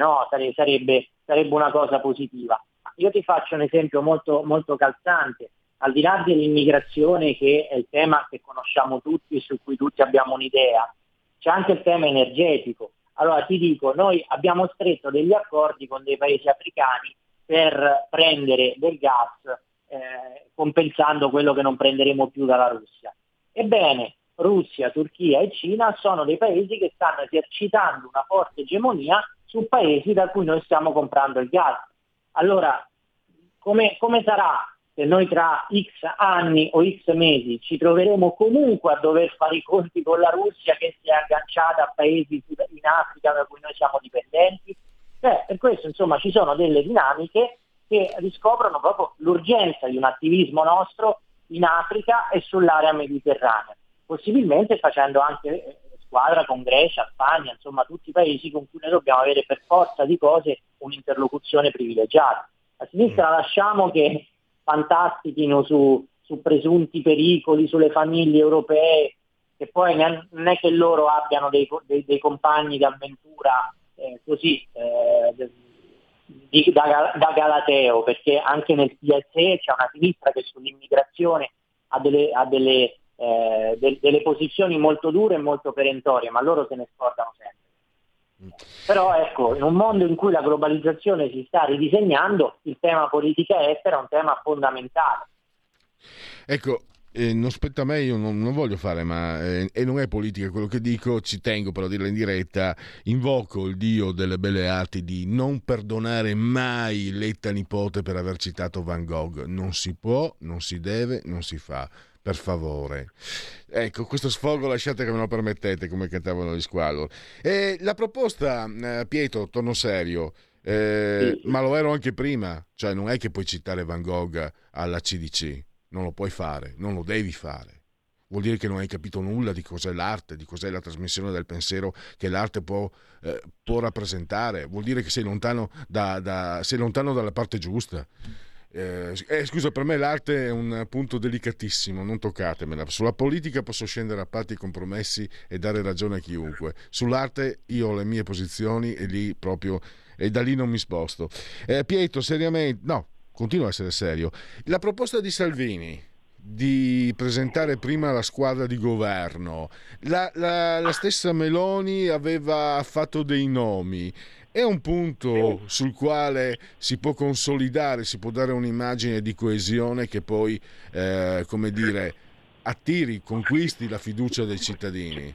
una cosa positiva. Io ti faccio un esempio molto, molto calzante. Al di là dell'immigrazione, che è il tema che conosciamo tutti e su cui tutti abbiamo un'idea, c'è anche il tema energetico. Allora ti dico, noi abbiamo stretto degli accordi con dei paesi africani per prendere del gas, compensando quello che non prenderemo più dalla Russia. Ebbene, Russia, Turchia e Cina sono dei paesi che stanno esercitando una forte egemonia su paesi da cui noi stiamo comprando il gas. Allora, come sarà se noi tra X anni o X mesi ci troveremo comunque a dover fare i conti con la Russia che si è agganciata a paesi in Africa da cui noi siamo dipendenti? Per questo, insomma, ci sono delle dinamiche che riscoprono proprio l'urgenza di un attivismo nostro in Africa e sull'area mediterranea, possibilmente facendo anche squadra con Grecia, Spagna, insomma tutti i paesi con cui noi dobbiamo avere per forza di cose un'interlocuzione privilegiata. A sinistra lasciamo che fantastichino su presunti pericoli, sulle famiglie europee, che poi non è che loro abbiano dei compagni di avventura da Galateo, perché anche nel PSE c'è una sinistra che sull'immigrazione ha delle posizioni molto dure e molto perentorie, ma loro se ne scordano sempre. Però ecco, in un mondo in cui la globalizzazione si sta ridisegnando, il tema politica estera è un tema fondamentale. Ecco, non spetta a me, io non voglio fare, ma e non è politica quello che dico, ci tengo però a dirla in diretta, invoco il Dio delle belle arti di non perdonare mai Letta nipote per aver citato Van Gogh. Non si può, non si deve, non si fa. Per favore, ecco, questo sfogo lasciate che me lo permettete, come cantavano gli Squallor. E la proposta, Pietro, torno serio, sì. Ma lo ero anche prima, cioè non è che puoi citare Van Gogh alla CDC, non lo puoi fare, non lo devi fare. vuol dire che non hai capito nulla di cos'è l'arte, di cos'è la trasmissione del pensiero che l'arte può rappresentare, vuol dire che sei lontano sei lontano dalla parte giusta. Scusa, per me l'arte è un punto delicatissimo, non toccatemela. Sulla politica posso scendere a patti compromessi e dare ragione a chiunque. Sull'arte io ho le mie posizioni e da lì non mi sposto. Pietro, seriamente, no, continua a essere serio. La proposta di Salvini di presentare prima la squadra di governo, la stessa Meloni aveva fatto dei nomi. È un punto sul quale si può consolidare, si può dare un'immagine di coesione che poi, attiri, conquisti la fiducia dei cittadini.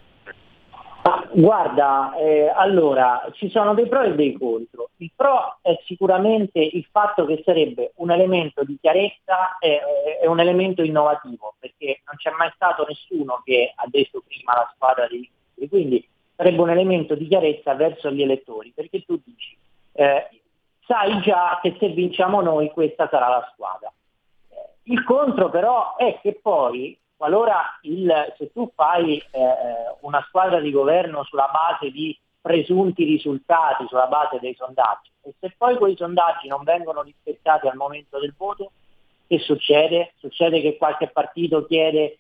Guarda, allora ci sono dei pro e dei contro. Il pro è sicuramente il fatto che sarebbe un elemento di chiarezza e un elemento innovativo, perché non c'è mai stato nessuno che ha detto prima la squadra dei ministri, quindi sarebbe un elemento di chiarezza verso gli elettori, perché tu dici, sai già che se vinciamo noi questa sarà la squadra. Il contro però è che poi, qualora se tu fai una squadra di governo sulla base di presunti risultati, sulla base dei sondaggi, e se poi quei sondaggi non vengono rispettati al momento del voto, che succede? Succede che qualche partito chiede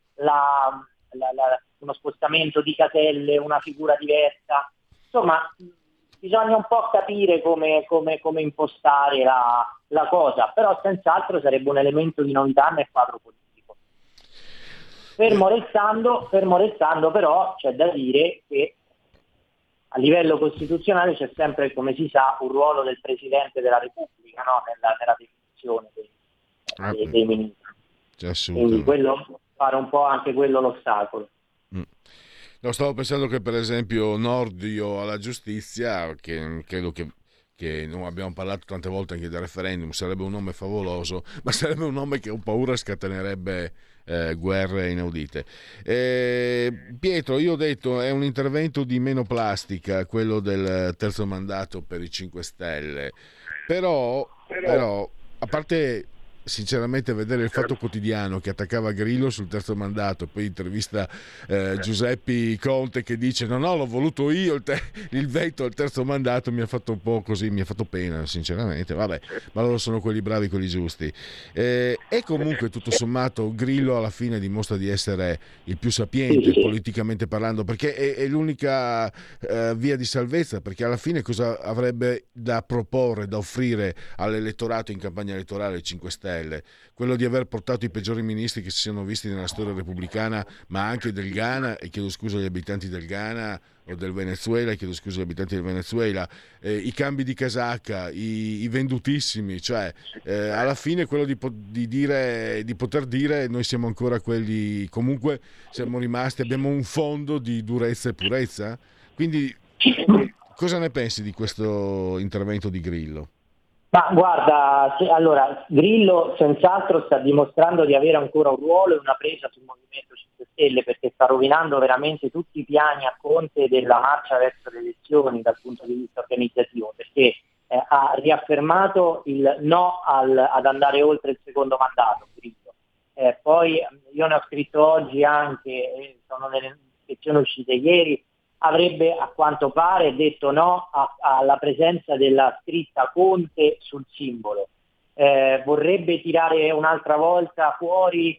uno spostamento di caselle, una figura diversa. Insomma, bisogna un po' capire come impostare la cosa, però senz'altro sarebbe un elemento di novità nel quadro politico. Fermo restando però c'è da dire che a livello costituzionale c'è sempre, come si sa, un ruolo del Presidente della Repubblica, no? nella definizione dei ministri. Quindi quello fare un po' anche quello l'ostacolo. No, stavo pensando che per esempio Nordio alla giustizia, che credo che non abbiamo parlato tante volte anche del referendum, sarebbe un nome favoloso, ma sarebbe un nome che ho paura scatenerebbe guerre inaudite. Pietro, io ho detto è un intervento di meno plastica quello del terzo mandato per i 5 Stelle, però a parte sinceramente vedere il Fatto Quotidiano che attaccava Grillo sul terzo mandato, poi intervista Giuseppe Conte che dice no l'ho voluto io il veto al terzo mandato, mi ha fatto un po' così, mi ha fatto pena sinceramente, vabbè, ma loro sono quelli bravi, quelli giusti, e comunque tutto sommato Grillo alla fine dimostra di essere il più sapiente politicamente parlando, perché è l'unica via di salvezza, perché alla fine cosa avrebbe da proporre, da offrire all'elettorato in campagna elettorale 5 Stelle? Quello di aver portato i peggiori ministri che si siano visti nella storia repubblicana, ma anche del Ghana, e chiedo scusa agli abitanti del Ghana, o del Venezuela, e chiedo scusa agli abitanti del Venezuela, i cambi di casacca, i vendutissimi, cioè alla fine quello di poter dire noi siamo ancora quelli, comunque siamo rimasti, abbiamo un fondo di durezza e purezza. Quindi cosa ne pensi di questo intervento di Grillo? Ma guarda, allora Grillo senz'altro sta dimostrando di avere ancora un ruolo e una presa sul Movimento 5 Stelle, perché sta rovinando veramente tutti i piani a Conte della marcia verso le elezioni dal punto di vista organizzativo, perché ha riaffermato il no ad andare oltre il secondo mandato, Grillo. Poi io ne ho scritto oggi anche, sono nelle sezioni uscite ieri, avrebbe a quanto pare detto no alla presenza della scritta Conte sul simbolo, vorrebbe tirare un'altra volta fuori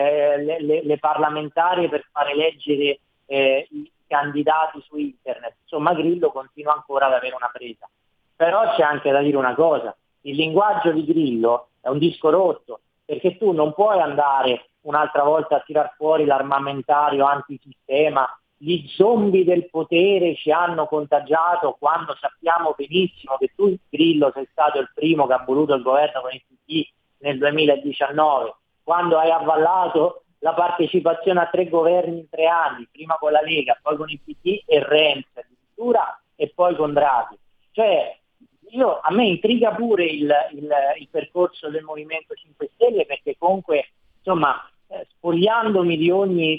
le parlamentari per fare leggere i candidati su internet. Insomma, Grillo continua ancora ad avere una presa, però c'è anche da dire una cosa: il linguaggio di Grillo è un disco rotto, perché tu non puoi andare un'altra volta a tirar fuori l'armamentario antisistema, gli zombie del potere ci hanno contagiato, quando sappiamo benissimo che tu, Grillo, sei stato il primo che ha voluto il governo con il PD nel 2019, quando hai avvallato la partecipazione a 3 governi in 3 anni, prima con la Lega, poi con il PD e Renzi addirittura, e poi con Draghi. Cioè, a me intriga pure il percorso del Movimento 5 Stelle, perché comunque, insomma, spogliandomi di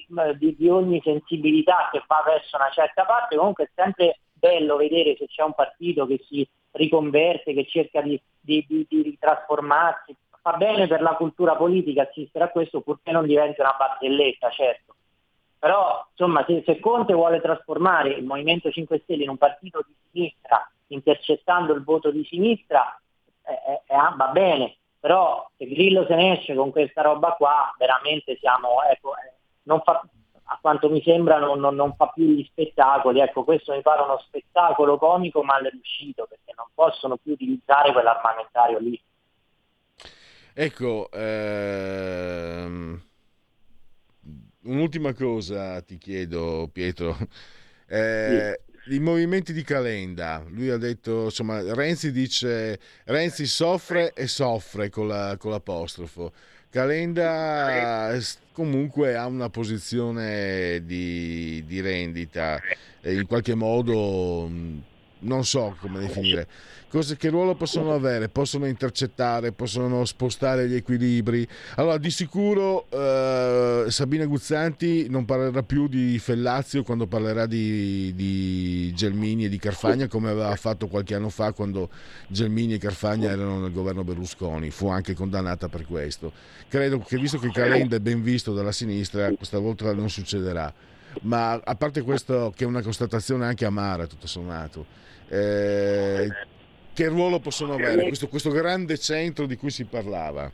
ogni sensibilità che va verso una certa parte, comunque è sempre bello vedere se c'è un partito che si riconverte, che cerca di ritrasformarsi. Fa bene per la cultura politica assistere a questo, purché non diventi una barzelletta, certo, Però insomma se Conte vuole trasformare il Movimento 5 Stelle in un partito di sinistra, intercettando il voto di sinistra, va bene, però se Grillo se ne esce con questa roba qua, veramente siamo, non fa, a quanto mi sembra non fa più gli spettacoli. Ecco, questo mi pare uno spettacolo comico mal riuscito, perché non possono più utilizzare quell'armamentario lì. Ecco, un'ultima cosa ti chiedo, Pietro. I movimenti di Calenda, lui ha detto, insomma, Renzi soffre e soffre con l'apostrofo. Calenda comunque ha una posizione di rendita, in qualche modo non so come definire. Che ruolo possono avere? Possono intercettare, possono spostare gli equilibri. Allora, di sicuro Sabina Guzzanti non parlerà più di Fellazio quando parlerà di Gelmini e di Carfagna, come aveva fatto qualche anno fa quando Gelmini e Carfagna erano nel governo Berlusconi. Fu anche condannata per questo. Credo che, visto che Calenda è ben visto dalla sinistra, questa volta non succederà. Ma a parte questo, che è una constatazione anche amara, tutto sommato, che ruolo possono avere questo grande centro di cui si parlava?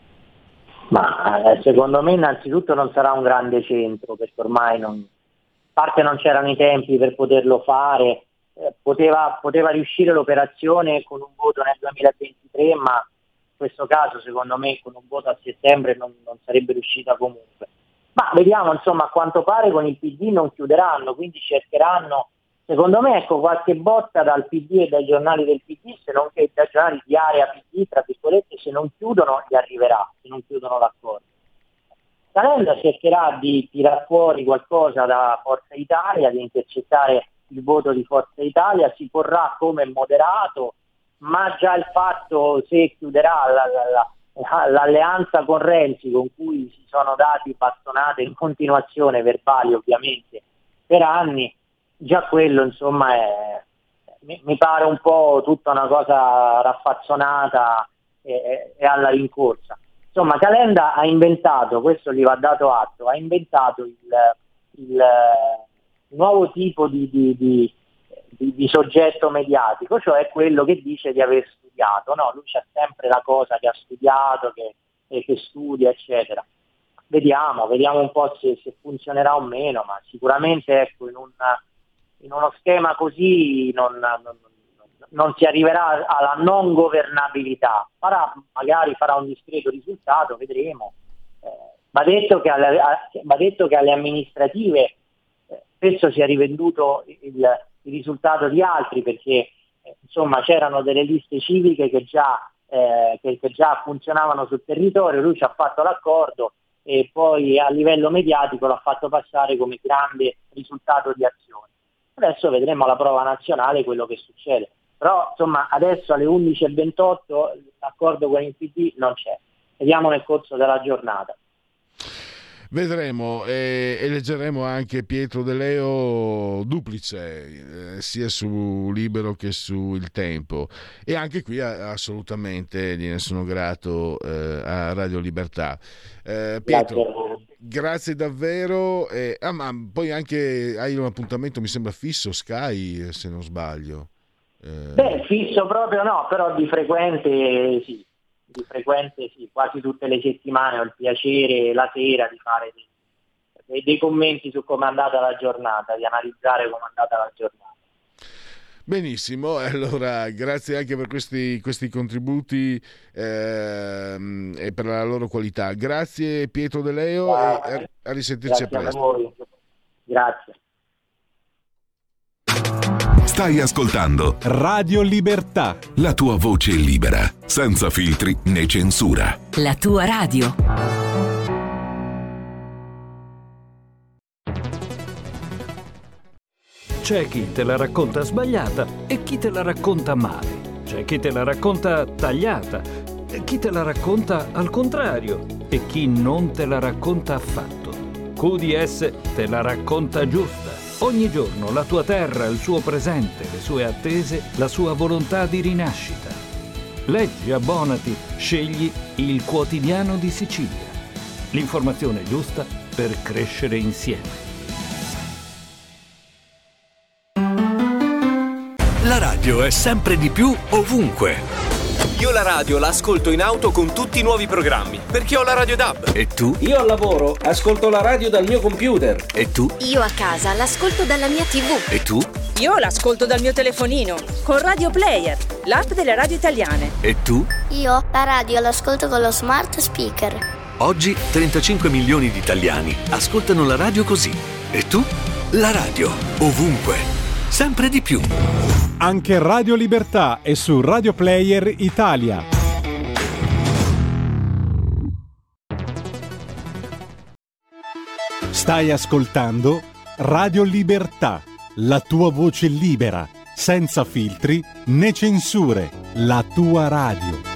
Ma secondo me innanzitutto non sarà un grande centro, perché ormai a parte non c'erano i tempi per poterlo fare, poteva riuscire l'operazione con un voto nel 2023, ma in questo caso secondo me con un voto a settembre non sarebbe riuscita comunque. Ma vediamo, insomma, a quanto pare con il PD non chiuderanno, quindi cercheranno, secondo me, ecco, qualche botta dal PD e dai giornali del PD, se non che dai giornali di area PD, tra virgolette, se non chiudono gli arriverà, se non chiudono l'accordo. Calenda cercherà di tirar fuori qualcosa da Forza Italia, di intercettare il voto di Forza Italia, si porrà come moderato, ma già il fatto se chiuderà l'alleanza con Renzi, con cui si sono dati bastonate in continuazione, verbali ovviamente, per anni, già quello insomma mi pare un po' tutta una cosa raffazzonata e alla rincorsa. Insomma, Calenda ha inventato, questo gli va dato atto, ha inventato il nuovo tipo di soggetto mediatico, cioè quello che dice di aver studiato, no? Lui c'ha sempre la cosa che ha studiato, che studia, eccetera. Vediamo un po' se funzionerà o meno, ma sicuramente ecco, in uno schema così non si arriverà alla non governabilità. Magari farà un discreto risultato, vedremo. Va detto che alle amministrative spesso si è rivenduto il risultato di altri, perché insomma c'erano delle liste civiche che già funzionavano sul territorio, lui ci ha fatto l'accordo e poi a livello mediatico l'ha fatto passare come grande risultato di azione. Adesso vedremo alla prova nazionale quello che succede, però insomma adesso alle 11:28 l'accordo con il PD non c'è, vediamo nel corso della giornata. Vedremo e leggeremo anche Pietro De Leo duplice, sia su Libero che su Il Tempo, e anche qui assolutamente gliene sono grato a Radio Libertà. Pietro, grazie davvero. Ma poi anche hai un appuntamento, mi sembra fisso, Sky, se non sbaglio. Fisso proprio no, però di frequente sì. Quasi tutte le settimane ho il piacere la sera di fare dei commenti su come è andata la giornata, di analizzare come è andata la giornata. Benissimo, allora grazie anche per questi contributi e per la loro qualità. Grazie Pietro De Leo e a risentirci presto. A voi. Grazie. Stai ascoltando Radio Libertà, la tua voce libera, senza filtri né censura. La tua radio. C'è chi te la racconta sbagliata e chi te la racconta male. C'è chi te la racconta tagliata e chi te la racconta al contrario e chi non te la racconta affatto. QDS te la racconta giusta. Ogni giorno la tua terra, il suo presente, le sue attese, la sua volontà di rinascita. Leggi, abbonati, scegli il Quotidiano di Sicilia. L'informazione giusta per crescere insieme. radio è sempre di più ovunque. Io la radio la ascolto in auto con tutti i nuovi programmi, perché ho la Radio DAB. E tu? Io al lavoro ascolto la radio dal mio computer. E tu? Io a casa l'ascolto dalla mia TV. E tu? Io l'ascolto dal mio telefonino, con Radio Player, l'app delle radio italiane. E tu? Io la radio l'ascolto con lo smart speaker. Oggi 35 milioni di italiani ascoltano la radio così. E tu? La radio, ovunque, sempre di più. Anche Radio Libertà è su Radio Player Italia. Stai ascoltando Radio Libertà, la tua voce libera, senza filtri né censure, la tua radio.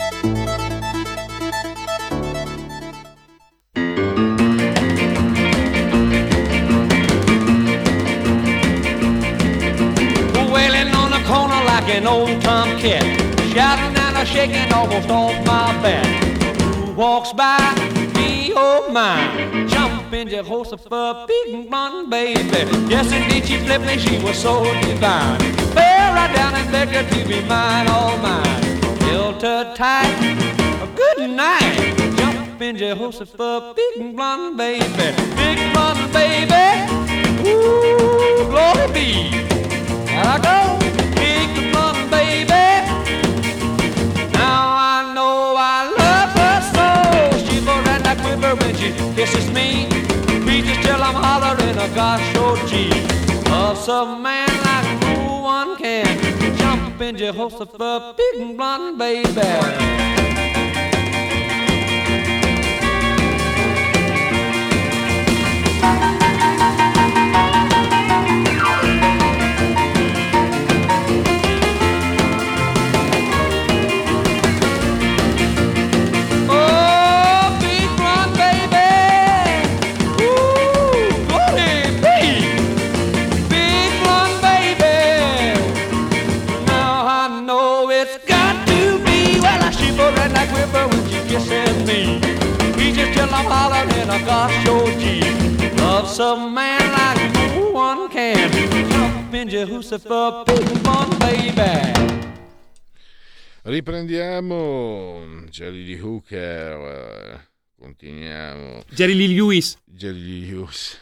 An old tomcat, shouting and a shaking almost off my back. Who walks by me, oh my, jumping the horse of a big blonde baby. Yes, indeed, she flipped me, she was so divine. Fell right down and begged her to be mine, all mine. Held her tight, a good night. Jumping the horse of a big blonde baby. Big blonde baby, ooh, glory be. There I go. When she kisses me, preaches till I'm hollering a gosh, oh gee. Love some man like no one can. Jump in the horse of a big blonde baby. I'm hollering a gosh, oh gee. Love some man like no one can. Jump in Jehoshaphat, big one, baby. Riprendiamo Jerry Lee Hooker, continuiamo. Jerry Lee Lewis. Jerry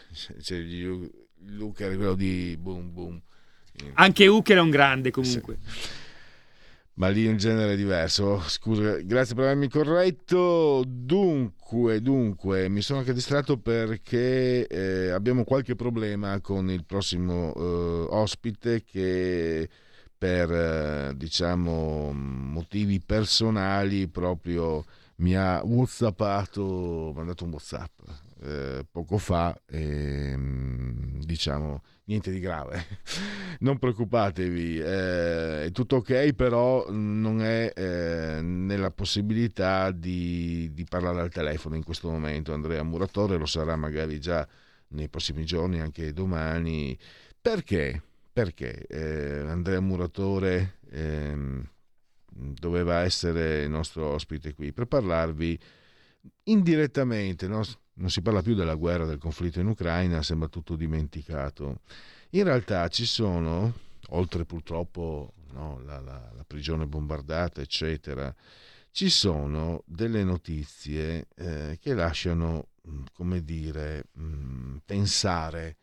Lee Hooker, quello di Boom Boom. Anche Hooker è un grande comunque. Sì. Ma lì è un genere diverso. Scusa, grazie per avermi corretto. Dunque, mi sono anche distratto perché abbiamo qualche problema con il prossimo ospite che per diciamo motivi personali proprio mi ha mandato un WhatsApp poco fa, diciamo niente di grave, non preoccupatevi, è tutto ok, però non è nella possibilità di parlare al telefono in questo momento. Andrea Muratore lo sarà magari già nei prossimi giorni, anche domani. Perché Andrea Muratore doveva essere il nostro ospite qui per parlarvi indirettamente, no? Non si parla più della guerra, del conflitto in Ucraina, sembra tutto dimenticato. In realtà ci sono, oltre purtroppo la prigione bombardata, eccetera, ci sono delle notizie che lasciano, come dire, pensare,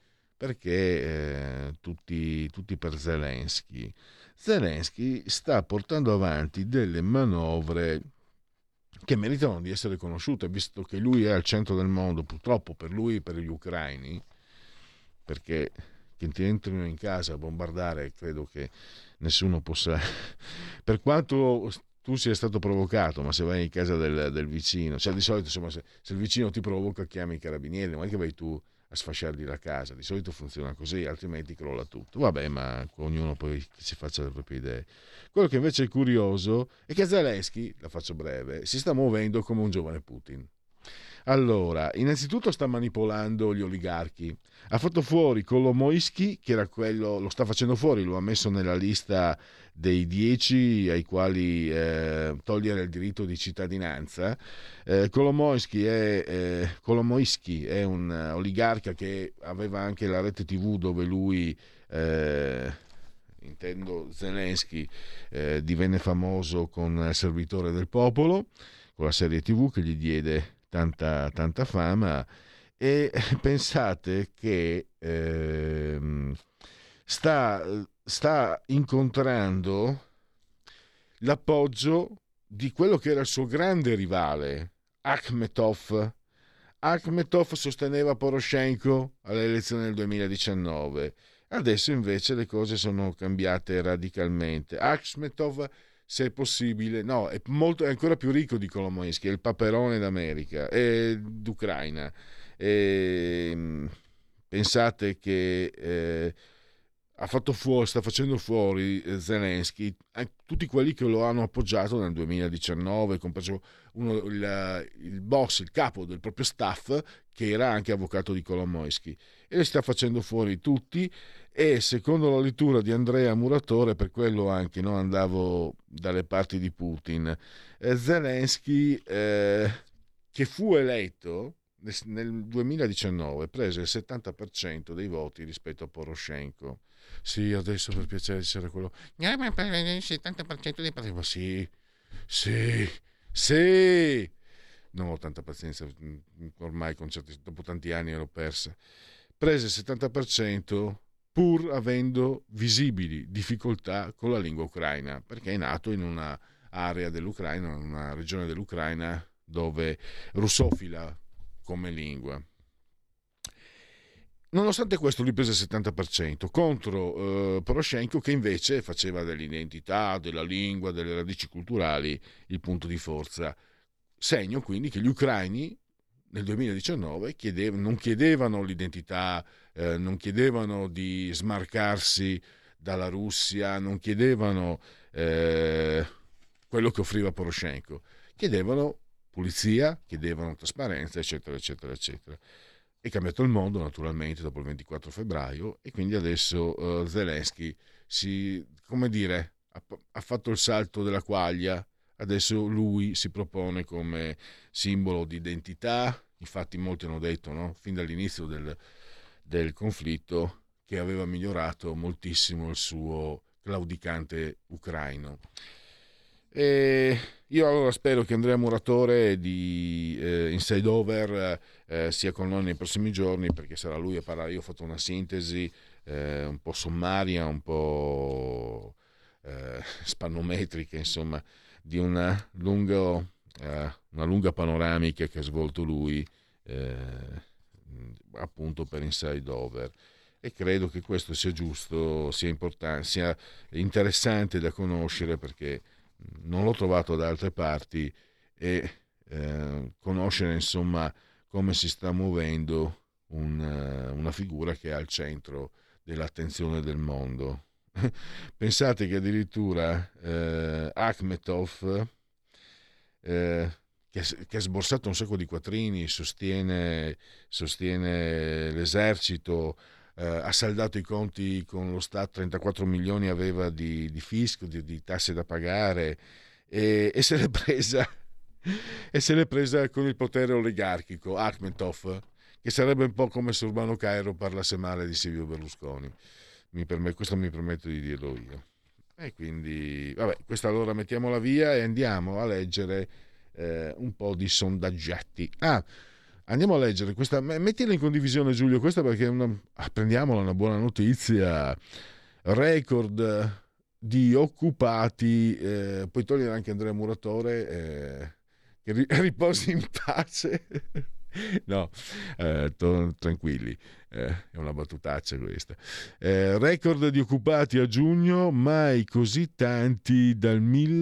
perché tutti per Zelensky. Zelensky sta portando avanti delle manovre che meritano di essere conosciute, visto che lui è al centro del mondo, purtroppo per lui e per gli ucraini, perché che ti entrino in casa a bombardare credo che nessuno possa, per quanto tu sia stato provocato, ma se vai in casa del vicino, cioè di solito insomma, se il vicino ti provoca chiami i carabinieri, non è che vai tu a sfasciargli la casa, di solito funziona così, altrimenti crolla tutto. Vabbè, ma ognuno poi che si faccia le proprie idee. Quello che invece è curioso è che Zelensky, la faccio breve, si sta muovendo come un giovane Putin. Allora, innanzitutto sta manipolando gli oligarchi. Ha fatto fuori Kolomoisky, che era quello, lo sta facendo fuori, lo ha messo nella lista dei 10 ai quali togliere il diritto di cittadinanza. Kolomoisky è un oligarca che aveva anche la rete TV dove lui intendo Zelensky, divenne famoso con Il servitore del popolo, con la serie TV che gli diede tanta fama, e pensate che sta incontrando l'appoggio di quello che era il suo grande rivale, Akhmetov. Akhmetov sosteneva Poroshenko alle elezioni del 2019. Adesso invece le cose sono cambiate radicalmente. Akhmetov, se è possibile, no, è ancora più ricco di Kolomoisky, è il Paperone d'America e d'Ucraina. Pensate che sta facendo fuori Zelensky tutti quelli che lo hanno appoggiato nel 2019, compreso il boss, il capo del proprio staff, che era anche avvocato di Kolomoisky, e li sta facendo fuori tutti. E secondo la lettura di Andrea Muratore, per quello anche andavo dalle parti di Putin, Zelensky, che fu eletto nel 2019, prese il 70% dei voti rispetto a Poroshenko. Sì, adesso per piacere c'era quello, ma per il 70% dei partiti, sì, no, tanta pazienza, ormai dopo tanti anni ero persa. Prese il 70% pur avendo visibili difficoltà con la lingua ucraina, perché è nato in una area dell'Ucraina, una regione dell'Ucraina dove russofila come lingua. Nonostante questo lui prese il 70% contro Poroshenko, che invece faceva dell'identità, della lingua, delle radici culturali il punto di forza. Segno quindi che gli ucraini nel 2019 non chiedevano l'identità, non chiedevano di smarcarsi dalla Russia, non chiedevano quello che offriva Poroshenko, chiedevano pulizia, chiedevano trasparenza, eccetera, eccetera, eccetera. È cambiato il mondo naturalmente dopo il 24 febbraio e quindi adesso Zelensky ha fatto il salto della quaglia. Adesso lui si propone come simbolo di identità. Infatti molti hanno detto, fin dall'inizio del conflitto, che aveva migliorato moltissimo il suo claudicante ucraino. E io allora spero che Andrea Muratore di Inside Over sia con noi nei prossimi giorni, perché sarà lui a parlare. Io ho fatto una sintesi un po' sommaria, un po' spannometrica, insomma, di una lunga panoramica che ha svolto lui appunto per Inside Over, e credo che questo sia giusto, sia importante, sia interessante da conoscere, perché non l'ho trovato da altre parti, e conoscere insomma come si sta muovendo una figura che è al centro dell'attenzione del mondo. Pensate che addirittura Akhmetov, che ha sborsato un sacco di quattrini, sostiene l'esercito, ha saldato i conti con lo Stato, 34 milioni aveva di fisco, di tasse da pagare, e se l'è presa con il potere oligarchico. Akhmetov, che sarebbe un po' come se Urbano Cairo parlasse male di Silvio Berlusconi. Questo mi permetto di dirlo io. E quindi, vabbè, questa allora mettiamola via e andiamo a leggere un po' di sondaggetti. Andiamo a leggere questa, mettila in condivisione Giulio, questa perché prendiamola, una buona notizia. Record di occupati, puoi togliere anche Andrea Muratore, che riposi in pace. No, tranquilli, è una battutaccia questa. Record di occupati a giugno, mai così tanti dal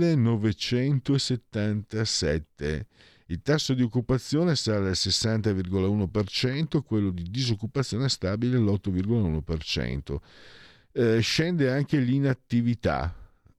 1977. Il tasso di occupazione sale al 60,1%, quello di disoccupazione stabile all'8,1%. Scende anche l'inattività.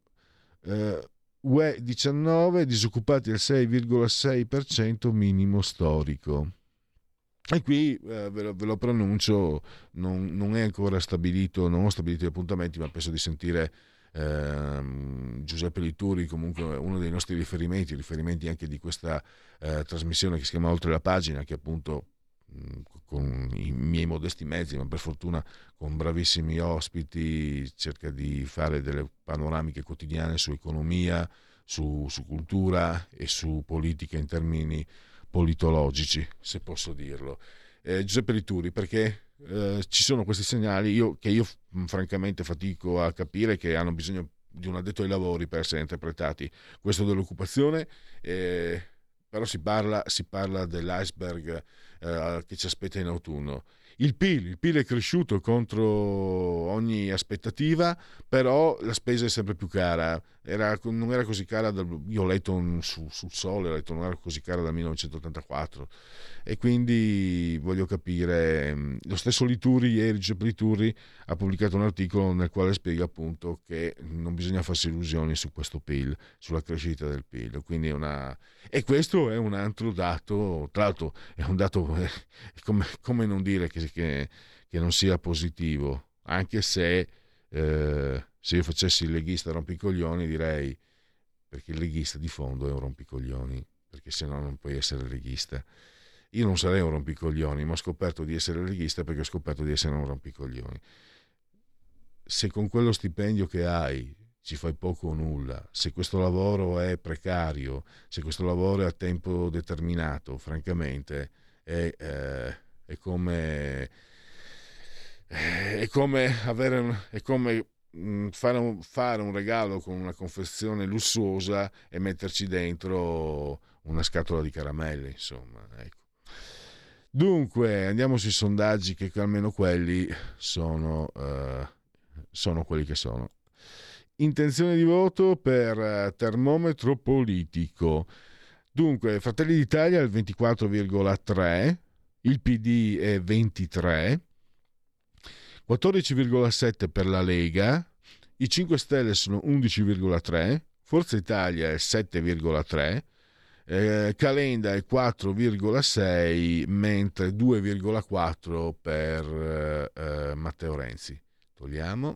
UE 19, disoccupati al 6,6%, minimo storico. E qui ve lo pronuncio, non è ancora stabilito, non ho stabilito gli appuntamenti, ma penso di sentire Giuseppe Litturi, comunque uno dei nostri riferimenti anche di questa trasmissione che si chiama Oltre la pagina, che appunto con i miei modesti mezzi, ma per fortuna con bravissimi ospiti, cerca di fare delle panoramiche quotidiane su economia, su cultura e su politica in termini politologici, se posso dirlo. Giuseppe Lituri, perché ci sono questi segnali che io francamente fatico a capire, che hanno bisogno di un addetto ai lavori per essere interpretati. Questo dell'occupazione, però si parla dell'iceberg che ci aspetta in autunno. Il PIL è cresciuto contro ogni aspettativa, però la spesa è sempre più cara. Non era così cara, io ho letto sul Sole, ho letto non era così cara dal 1984, e quindi voglio capire. Lo stesso Giuseppe Lituri ha pubblicato un articolo nel quale spiega appunto che non bisogna farsi illusioni su questo PIL, sulla crescita del PIL, quindi e questo è un altro dato, tra l'altro è un dato come non dire che non sia positivo, anche se io facessi il leghista rompicoglioni direi, perché il leghista di fondo è un rompicoglioni, perché se no non puoi essere leghista. Io non sarei un rompicoglioni, ma ho scoperto di essere leghista perché ho scoperto di essere un rompicoglioni. Se con quello stipendio che hai ci fai poco o nulla, se questo lavoro è precario, se questo lavoro è a tempo determinato, francamente è come fare un regalo con una confezione lussuosa e metterci dentro una scatola di caramelle, insomma, ecco. Dunque andiamo sui sondaggi, che almeno quelli sono quelli che sono. Intenzione di voto per termometro politico. Dunque Fratelli d'Italia è il 24,3, il PD è 23, 14,7 per la Lega, i 5 Stelle sono 11,3, Forza Italia è 7,3, Calenda è 4,6, mentre 2,4 per Matteo Renzi. Togliamo.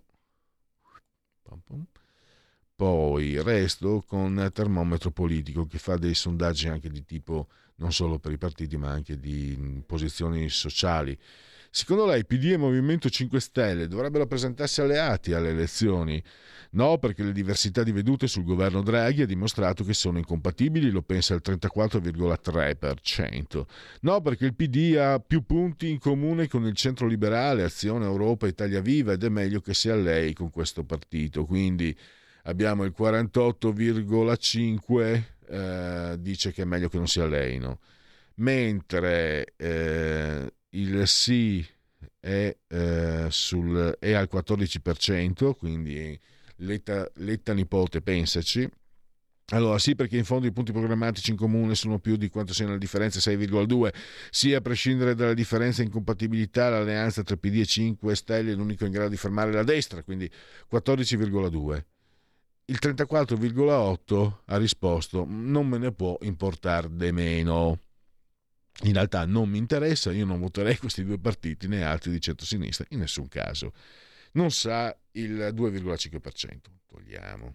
Poi il resto con termometro politico, che fa dei sondaggi anche di tipo non solo per i partiti ma anche di posizioni sociali. Secondo lei PD e Movimento 5 Stelle dovrebbero presentarsi alleati alle elezioni? No, perché le diversità di vedute sul governo Draghi ha dimostrato che sono incompatibili, lo pensa il 34,3%. No, perché il PD ha più punti in comune con il centro liberale, Azione, Europa, Italia Viva, ed è meglio che si allei con questo partito. Quindi abbiamo il 48,5% dice che è meglio che non si alleino, mentre il sì è al 14%, quindi Letta nipote, pensaci. Allora sì, perché in fondo i punti programmatici in comune sono più di quanto siano le differenze, 6,2. Sì, a prescindere dalla differenza in compatibilità, l'alleanza tra PD e 5 Stelle è l'unico in grado di fermare la destra, quindi 14,2. Il 34,8 ha risposto non me ne può importare de meno. In realtà non mi interessa, io non voterei questi due partiti né altri di centrosinistra in nessun caso. Non sa il 2,5%. Togliamo.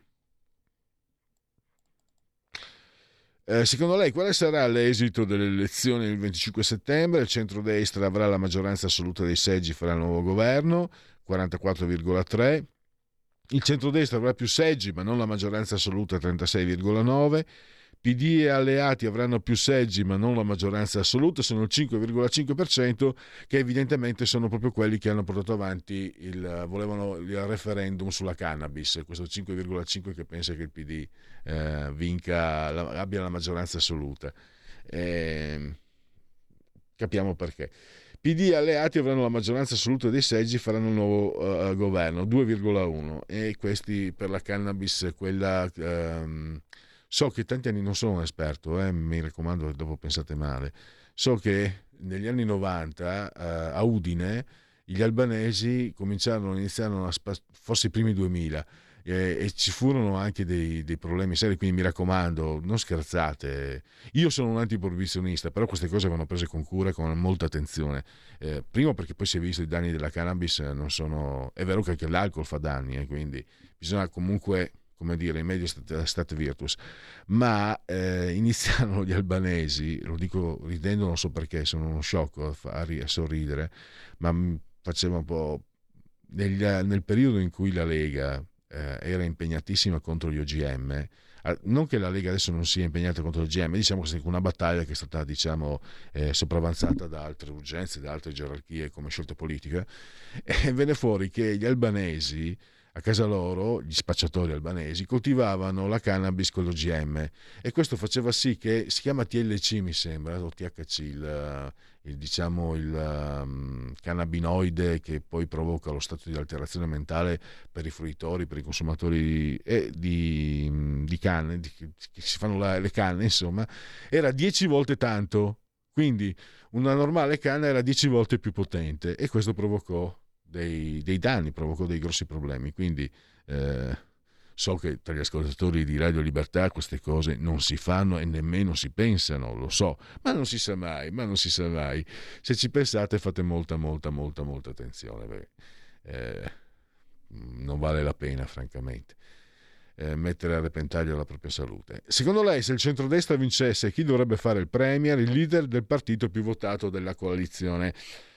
Secondo lei quale sarà l'esito delle elezioni del 25 settembre? Il centrodestra avrà la maggioranza assoluta dei seggi, farà il nuovo governo, 44,3%. Il centrodestra avrà più seggi ma non la maggioranza assoluta, 36,9%. PD e alleati avranno più seggi ma non la maggioranza assoluta, sono il 5,5%, che evidentemente sono proprio quelli che hanno portato avanti volevano il referendum sulla cannabis, questo 5,5% che pensa che il PD abbia la maggioranza assoluta. Capiamo perché. PD e alleati avranno la maggioranza assoluta dei seggi, faranno il nuovo governo, 2,1%, e questi per la cannabis, quella... So che tanti anni, non sono un esperto, mi raccomando che dopo pensate male. So che negli anni 90 a Udine gli albanesi iniziarono forse i primi 2000, e ci furono anche dei problemi seri, quindi mi raccomando, non scherzate. Io sono un antiproibizionista, però queste cose vanno prese con cura e con molta attenzione. Primo perché poi si è visto i danni della cannabis non sono... È vero che anche l'alcol fa danni, quindi bisogna comunque come dire, in medio state virtus, ma iniziarono gli albanesi, lo dico ridendo, non so perché, sono uno sciocco a sorridere, ma faceva un po' nel periodo in cui la Lega era impegnatissima contro gli OGM. Non che la Lega adesso non sia impegnata contro l'OGM, diciamo che è una battaglia che è stata, diciamo, sopravanzata da altre urgenze, da altre gerarchie come scelta politica, e venne fuori che gli albanesi a casa loro, gli spacciatori albanesi, coltivavano la cannabis con l'OGM, e questo faceva sì che, si chiama TLC mi sembra, o THC, il cannabinoide che poi provoca lo stato di alterazione mentale per i fruitori, per i consumatori di canne, che si fanno le canne, insomma, era 10 volte tanto, quindi una normale canna era 10 volte più potente, e questo provocò dei danni, provocò dei grossi problemi. Quindi so che tra gli ascoltatori di Radio Libertà queste cose non si fanno e nemmeno si pensano, lo so, ma non si sa mai. Se ci pensate fate molta attenzione, perché non vale la pena, francamente, mettere a repentaglio la propria salute. Secondo lei, se il centrodestra vincesse, chi dovrebbe fare il premier? Il leader del partito più votato della coalizione.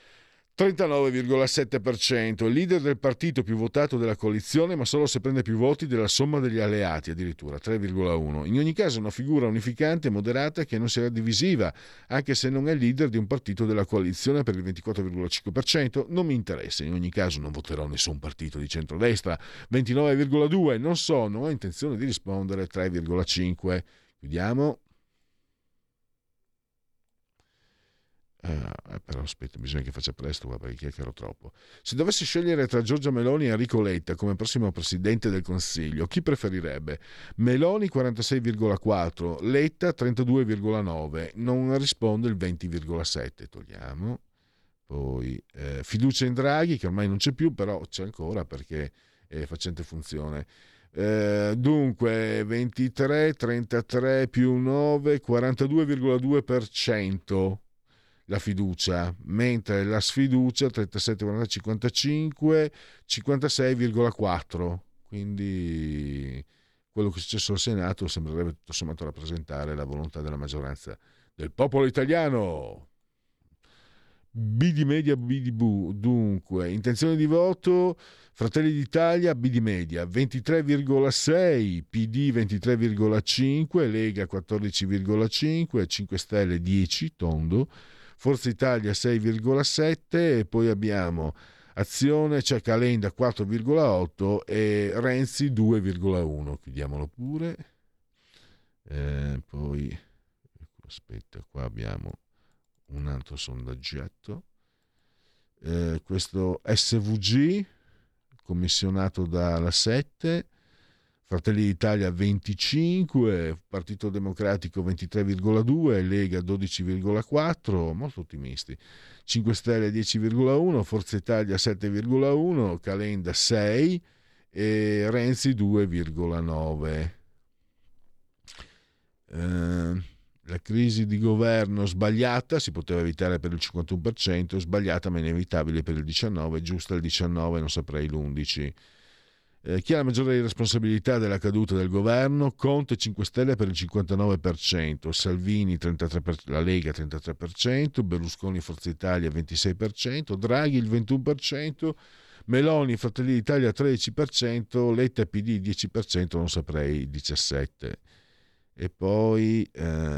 39,7%, il leader del partito più votato della coalizione, ma solo se prende più voti della somma degli alleati, addirittura 3,1%. In ogni caso una figura unificante e moderata che non sarà divisiva, anche se non è leader di un partito della coalizione, per il 24,5%. Non mi interessa, in ogni caso non voterò nessun partito di centrodestra, 29,2%. Non ho intenzione di rispondere, 3,5%. Chiudiamo. Però aspetta, bisogna che faccia presto, perché chiacchiero troppo. Se dovessi scegliere tra Giorgia Meloni e Enrico Letta come prossimo presidente del Consiglio, chi preferirebbe? Meloni 46,4%, Letta 32,9%, non risponde il 20,7%. Togliamo. Poi fiducia in Draghi, che ormai non c'è più, però c'è ancora perché è facente funzione. Dunque 23, 33 più 9, 42,2% la fiducia, mentre la sfiducia 37, 40, 55, 56,4%. Quindi quello che è successo al Senato sembrerebbe tutto sommato rappresentare la volontà della maggioranza del popolo italiano. B di media, B di Bu. Dunque, intenzione di voto: Fratelli d'Italia, B di media 23,6, PD 23,5, Lega 14,5, 5 Stelle 10, tondo, Forza Italia 6,7, e poi abbiamo Azione, cioè Calenda 4,8 e Renzi 2,1. Chiudiamolo pure. Poi aspetta, qua abbiamo un altro sondaggetto, questo SVG commissionato dalla 7, Fratelli d'Italia 25, Partito Democratico 23,2, Lega 12,4, molto ottimisti, 5 Stelle 10,1, Forza Italia 7,1, Calenda 6 e Renzi 2,9. La crisi di governo sbagliata, si poteva evitare per il 51%, sbagliata ma inevitabile per il 19%, giusta il 19%, non saprei l'11%. Chi ha la maggiore responsabilità della caduta del governo? Conte 5 Stelle per il 59%, Salvini 33%, la Lega 33%, Berlusconi Forza Italia 26%, Draghi il 21%, Meloni Fratelli d'Italia 13%, Letta PD 10%, non saprei il 17%. E poi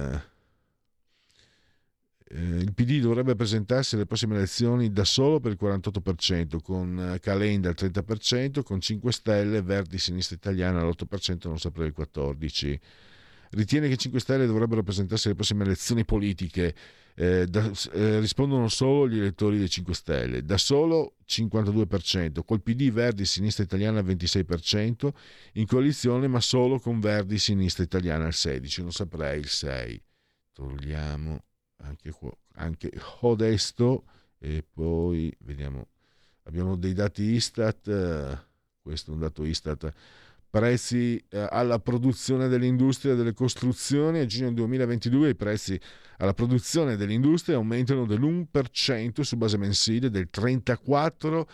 il PD dovrebbe presentarsi alle prossime elezioni da solo per il 48%, con Calenda al 30%, con 5 Stelle, Verdi Sinistra Italiana all'8%, non saprei il 14%. Ritiene che 5 Stelle dovrebbero presentarsi alle prossime elezioni politiche, rispondono solo gli elettori dei 5 Stelle, da solo 52%, col PD Verdi Sinistra Italiana al 26%, in coalizione ma solo con Verdi Sinistra Italiana al 16%, non saprei il 6%. Togliamo anche qua, anche Odesto, e poi vediamo, abbiamo dei dati Istat, questo è un dato Istat, prezzi alla produzione dell'industria delle costruzioni. A giugno 2022 i prezzi alla produzione dell'industria aumentano dell'1% su base mensile, del 34,2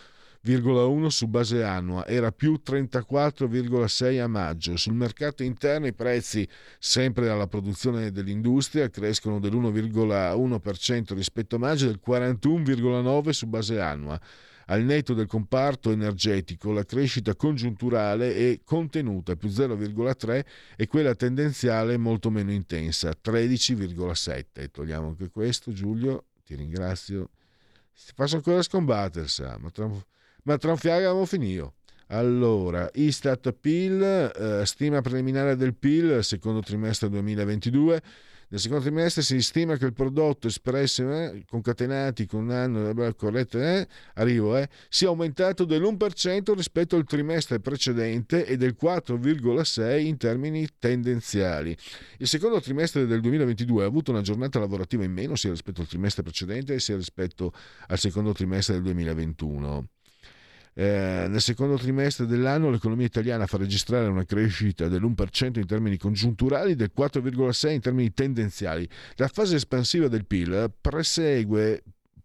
1,1 su base annua, era più 34,6 a maggio. Sul mercato interno i prezzi, sempre alla produzione dell'industria, crescono dell'1,1% rispetto a maggio e del 41,9 su base annua. Al netto del comparto energetico la crescita congiunturale è contenuta, più 0,3, e quella tendenziale molto meno intensa, 13,7. Togliamo anche questo, Giulio, ti ringrazio. Si faccio ancora scombattere, ma tra un fiago abbiamo finito. Allora, Istat PIL, stima preliminare del PIL secondo trimestre 2022. Nel secondo trimestre si stima che il prodotto espresso concatenati con un anno corretto sia aumentato dell'1% rispetto al trimestre precedente e del 4,6% in termini tendenziali. Il secondo trimestre del 2022 ha avuto una giornata lavorativa in meno sia rispetto al trimestre precedente sia rispetto al secondo trimestre del 2021. Nel secondo trimestre dell'anno l'economia italiana fa registrare una crescita dell'1% in termini congiunturali, del 4,6% in termini tendenziali. La fase espansiva del PIL prosegue,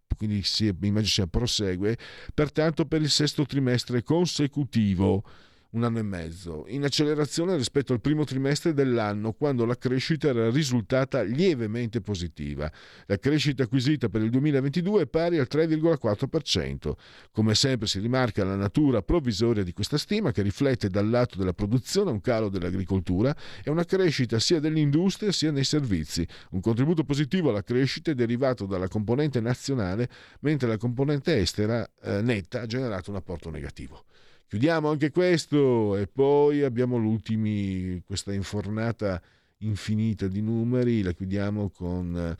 pertanto per il sesto trimestre consecutivo, un anno e mezzo, in accelerazione rispetto al primo trimestre dell'anno, quando la crescita era risultata lievemente positiva. La crescita acquisita per il 2022 è pari al 3,4%. Come sempre si rimarca la natura provvisoria di questa stima, che riflette dal lato della produzione un calo dell'agricoltura e una crescita sia dell'industria sia nei servizi. Un contributo positivo alla crescita è derivato dalla componente nazionale, mentre la componente estera netta ha generato un apporto negativo. Chiudiamo anche questo e poi abbiamo questa infornata infinita di numeri, la chiudiamo con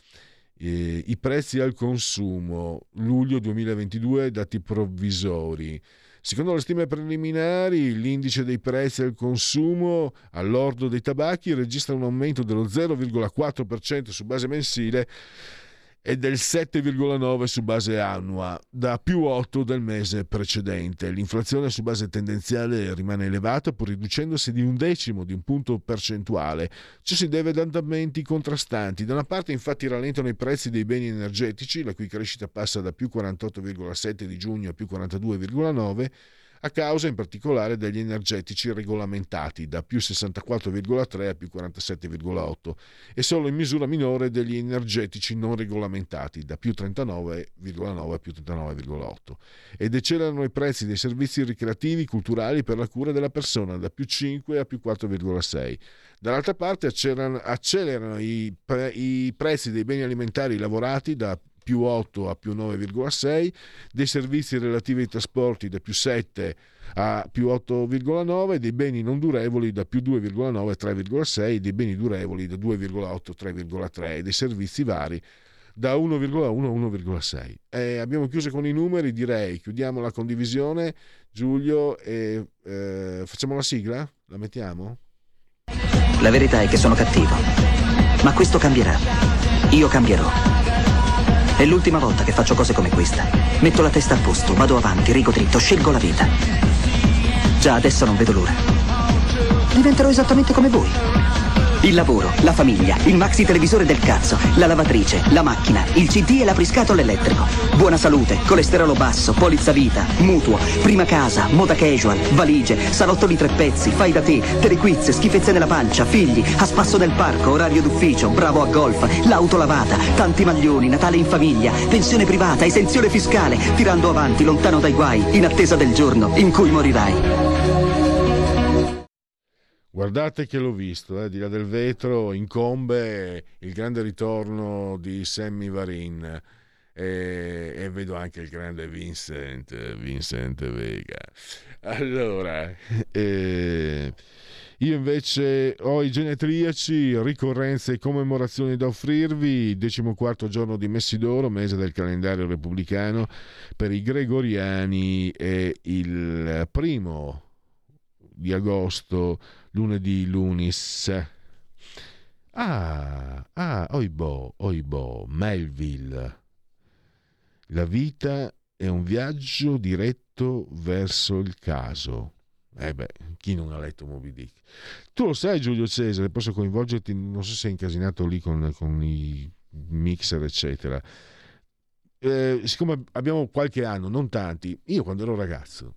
i prezzi al consumo, luglio 2022, dati provvisori. Secondo le stime preliminari, l'indice dei prezzi al consumo al lordo dei tabacchi registra un aumento dello 0,4% su base mensile e del 7,9 su base annua, da più 8 del mese precedente. L'inflazione su base tendenziale rimane elevata, pur riducendosi di 1/10 di un punto percentuale. Ciò si deve ad andamenti contrastanti. Da una parte infatti rallentano i prezzi dei beni energetici, la cui crescita passa da più 48,7 di giugno a più 42,9, a causa in particolare degli energetici regolamentati, da più 64,3 a più 47,8, e solo in misura minore degli energetici non regolamentati, da più 39,9 a più 39,8. Ed eccelerano i prezzi dei servizi ricreativi culturali per la cura della persona, da più 5 a più 4,6. Dall'altra parte accelerano i prezzi dei beni alimentari lavorati, da più 8 a più 9,6, dei servizi relativi ai trasporti da più 7 a più 8,9, dei beni non durevoli da più 2,9 a 3,6, dei beni durevoli da 2,8 a 3,3 e dei servizi vari da 1,1 a 1,6. Abbiamo chiuso con i numeri, direi chiudiamo la condivisione, Giulio, e facciamo la sigla? La mettiamo? La verità è che sono cattivo, ma questo cambierà. Io cambierò. È l'ultima volta che faccio cose come questa. Metto la testa a posto, vado avanti, rigo dritto, scelgo la vita. Già adesso non vedo l'ora. Diventerò esattamente come voi. Il lavoro, la famiglia, il maxi televisore del cazzo, la lavatrice, la macchina, il CD e l'apriscatole elettrico. Buona salute, colesterolo basso, polizza vita, mutuo, prima casa, moda casual, valigie, salotto di 3 pezzi, fai da te, telequiz, schifezze nella pancia, figli, a spasso nel parco, orario d'ufficio, bravo a golf, l'auto lavata, tanti maglioni, Natale in famiglia, pensione privata, esenzione fiscale, tirando avanti, lontano dai guai, in attesa del giorno in cui morirai. Guardate che l'ho visto, di là del vetro incombe il grande ritorno di Sammy Varin e vedo anche il grande Vincent Vega. Allora, io invece ho i genetriaci, ricorrenze e commemorazioni da offrirvi. 14° giorno di Messidoro, mese del calendario repubblicano per i gregoriani, e il 1° di agosto, lunedì lunis. Oibò, Melville. La vita è un viaggio diretto verso il caso. Chi non ha letto Moby Dick? Tu lo sai, Giulio Cesare, posso coinvolgerti, non so se sei incasinato lì con i mixer eccetera. siccome abbiamo qualche anno, non tanti, quando ero ragazzo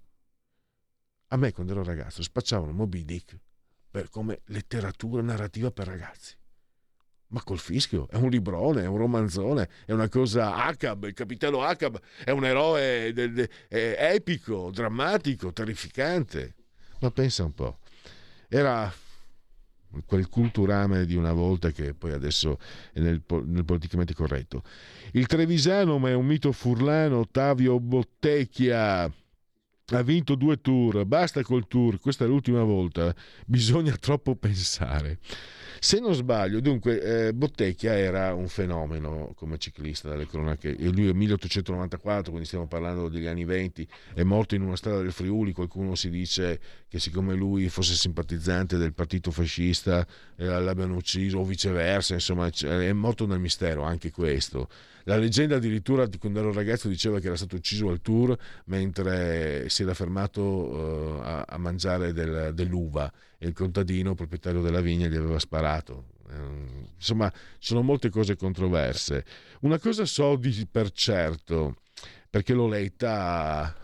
spacciavano Moby Dick come letteratura narrativa per ragazzi. Ma col fischio, è un librone, è un romanzone, è una cosa. Ahab, il capitello Ahab è un eroe è epico, drammatico, terrificante. Ma pensa un po', era quel culturame di una volta che poi adesso è nel politicamente corretto. Il trevisano, ma è un mito furlano, Ottavio Bottecchia, ha vinto 2 tour, basta col tour, questa è l'ultima volta, bisogna troppo pensare. Se non sbaglio, dunque, Bottecchia era un fenomeno come ciclista dalle cronache. Lui è 1894, quindi stiamo parlando degli anni 20, è morto in una strada del Friuli. Qualcuno si dice che siccome lui fosse simpatizzante del partito fascista l'abbiano ucciso, o viceversa, insomma è morto nel mistero anche questo. La leggenda addirittura di quando ero ragazzo diceva che era stato ucciso al Tour mentre si era fermato a mangiare dell'uva e il contadino proprietario della vigna gli aveva sparato. Insomma, sono molte cose controverse. Una cosa so per certo, perché l'ho letta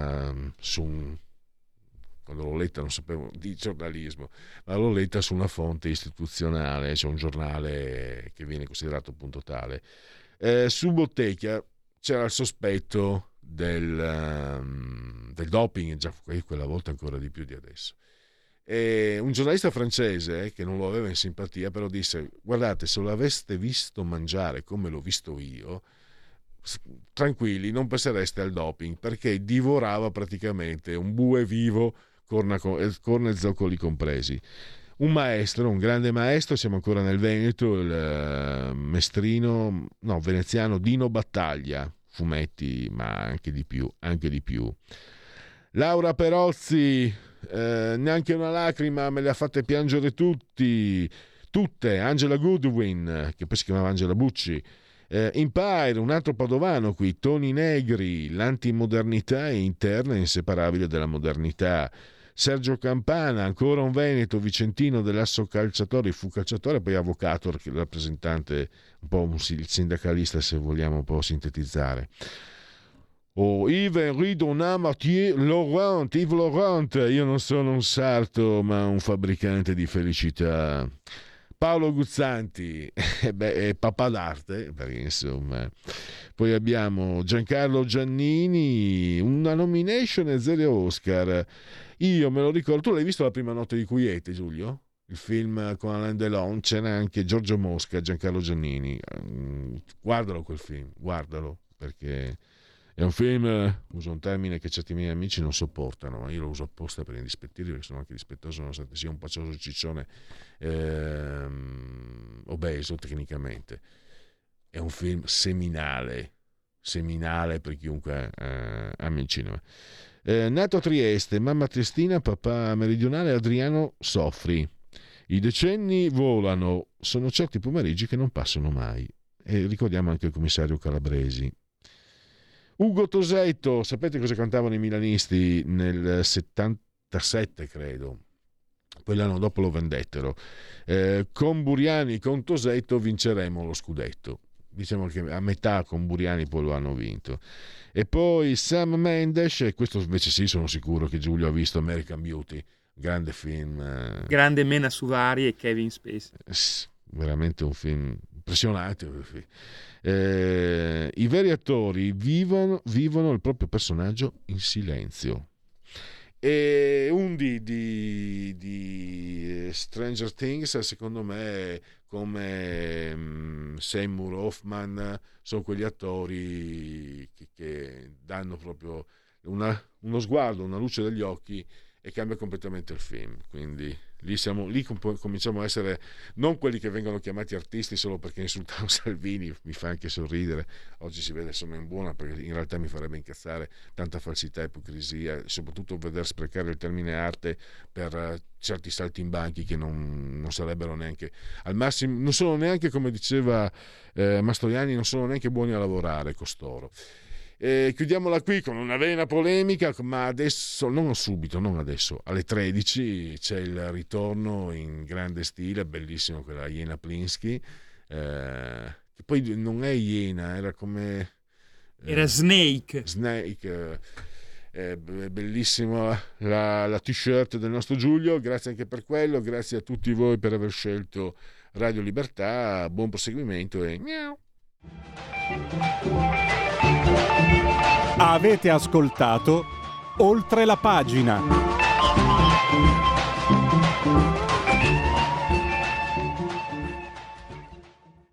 quando l'ho letta non sapevo di giornalismo, ma l'ho letta su una fonte istituzionale, c'è un giornale che viene considerato appunto tale. Su Bottecchia c'era il sospetto del doping, già quella volta ancora di più di adesso. E un giornalista francese che non lo aveva in simpatia però disse: guardate, se lo aveste visto mangiare come l'ho visto io, tranquilli, non passereste al doping, perché divorava praticamente un bue vivo, corna e zoccoli compresi. Un maestro, un grande maestro, siamo ancora nel Veneto, il veneziano Dino Battaglia, fumetti, ma anche di più. Laura Perozzi, neanche una lacrima, me le ha fatte piangere tutte. Angela Goodwin, che poi si chiamava Angela Bucci. Empire, un altro padovano qui, Toni Negri, l'antimodernità è interna e inseparabile della modernità. Sergio Campana, ancora un veneto, vicentino dell'Asso Calciatori, fu calciatore, poi avvocato, rappresentante, un po' il sindacalista, se vogliamo un po' sintetizzare. Yves Ridona Mathieu Laurent, Yves Laurent, io non sono un sarto ma un fabbricante di felicità. Paolo Guzzanti, è papà d'arte, perché insomma. Poi abbiamo Giancarlo Giannini, una nomination e 0 Oscar. Io me lo ricordo, tu l'hai visto La prima notte di Quiete, Giulio? Il film con Alain Delon, c'era anche Giorgio Mosca, Giancarlo Giannini. Guardalo quel film, guardalo, perché è un film, uso un termine che certi miei amici non sopportano, ma io lo uso apposta per indispettirli, perché sono anche dispettoso, nonostante sia un pacioso ciccione obeso tecnicamente. È un film seminale per chiunque ami il cinema. Nato a Trieste, mamma triestina, papà meridionale, Adriano Soffri. I decenni volano, sono certi pomeriggi che non passano mai. E ricordiamo anche il commissario Calabresi. Ugo Tosetto, sapete cosa cantavano i milanisti nel 77, credo? Poi l'anno dopo lo vendettero. Con Buriani, con Tosetto vinceremo lo scudetto. Diciamo che a metà con Buriani poi lo hanno vinto. E poi Sam Mendes, e questo invece sì, sono sicuro che Giulio ha visto, American Beauty, grande film. Grande Mena Suvari e Kevin Spacey. Veramente un film impressionante. I veri attori vivono il proprio personaggio in silenzio. E un di Stranger Things, secondo me, come Seymour Hoffman, sono quegli attori che danno proprio uno sguardo, una luce degli occhi e cambia completamente il film. Quindi lì cominciamo a essere non quelli che vengono chiamati artisti solo perché insultano Salvini, mi fa anche sorridere. Oggi si vede sono in buona, perché in realtà mi farebbe incazzare tanta falsità e ipocrisia, soprattutto veder sprecare il termine arte per certi saltimbanchi che non sarebbero neanche al massimo, non sono neanche, come diceva Mastroianni, non sono neanche buoni a lavorare costoro. Chiudiamola qui con una vena polemica, ma adesso, non adesso, alle 13 c'è il ritorno in grande stile, bellissimo, quella Iena Plinsky, che poi non è Iena, era come Era Snake. Bellissima la t-shirt del nostro Giulio, grazie anche per quello, grazie a tutti voi per aver scelto Radio Libertà, buon proseguimento e miau. Avete ascoltato Oltre la pagina.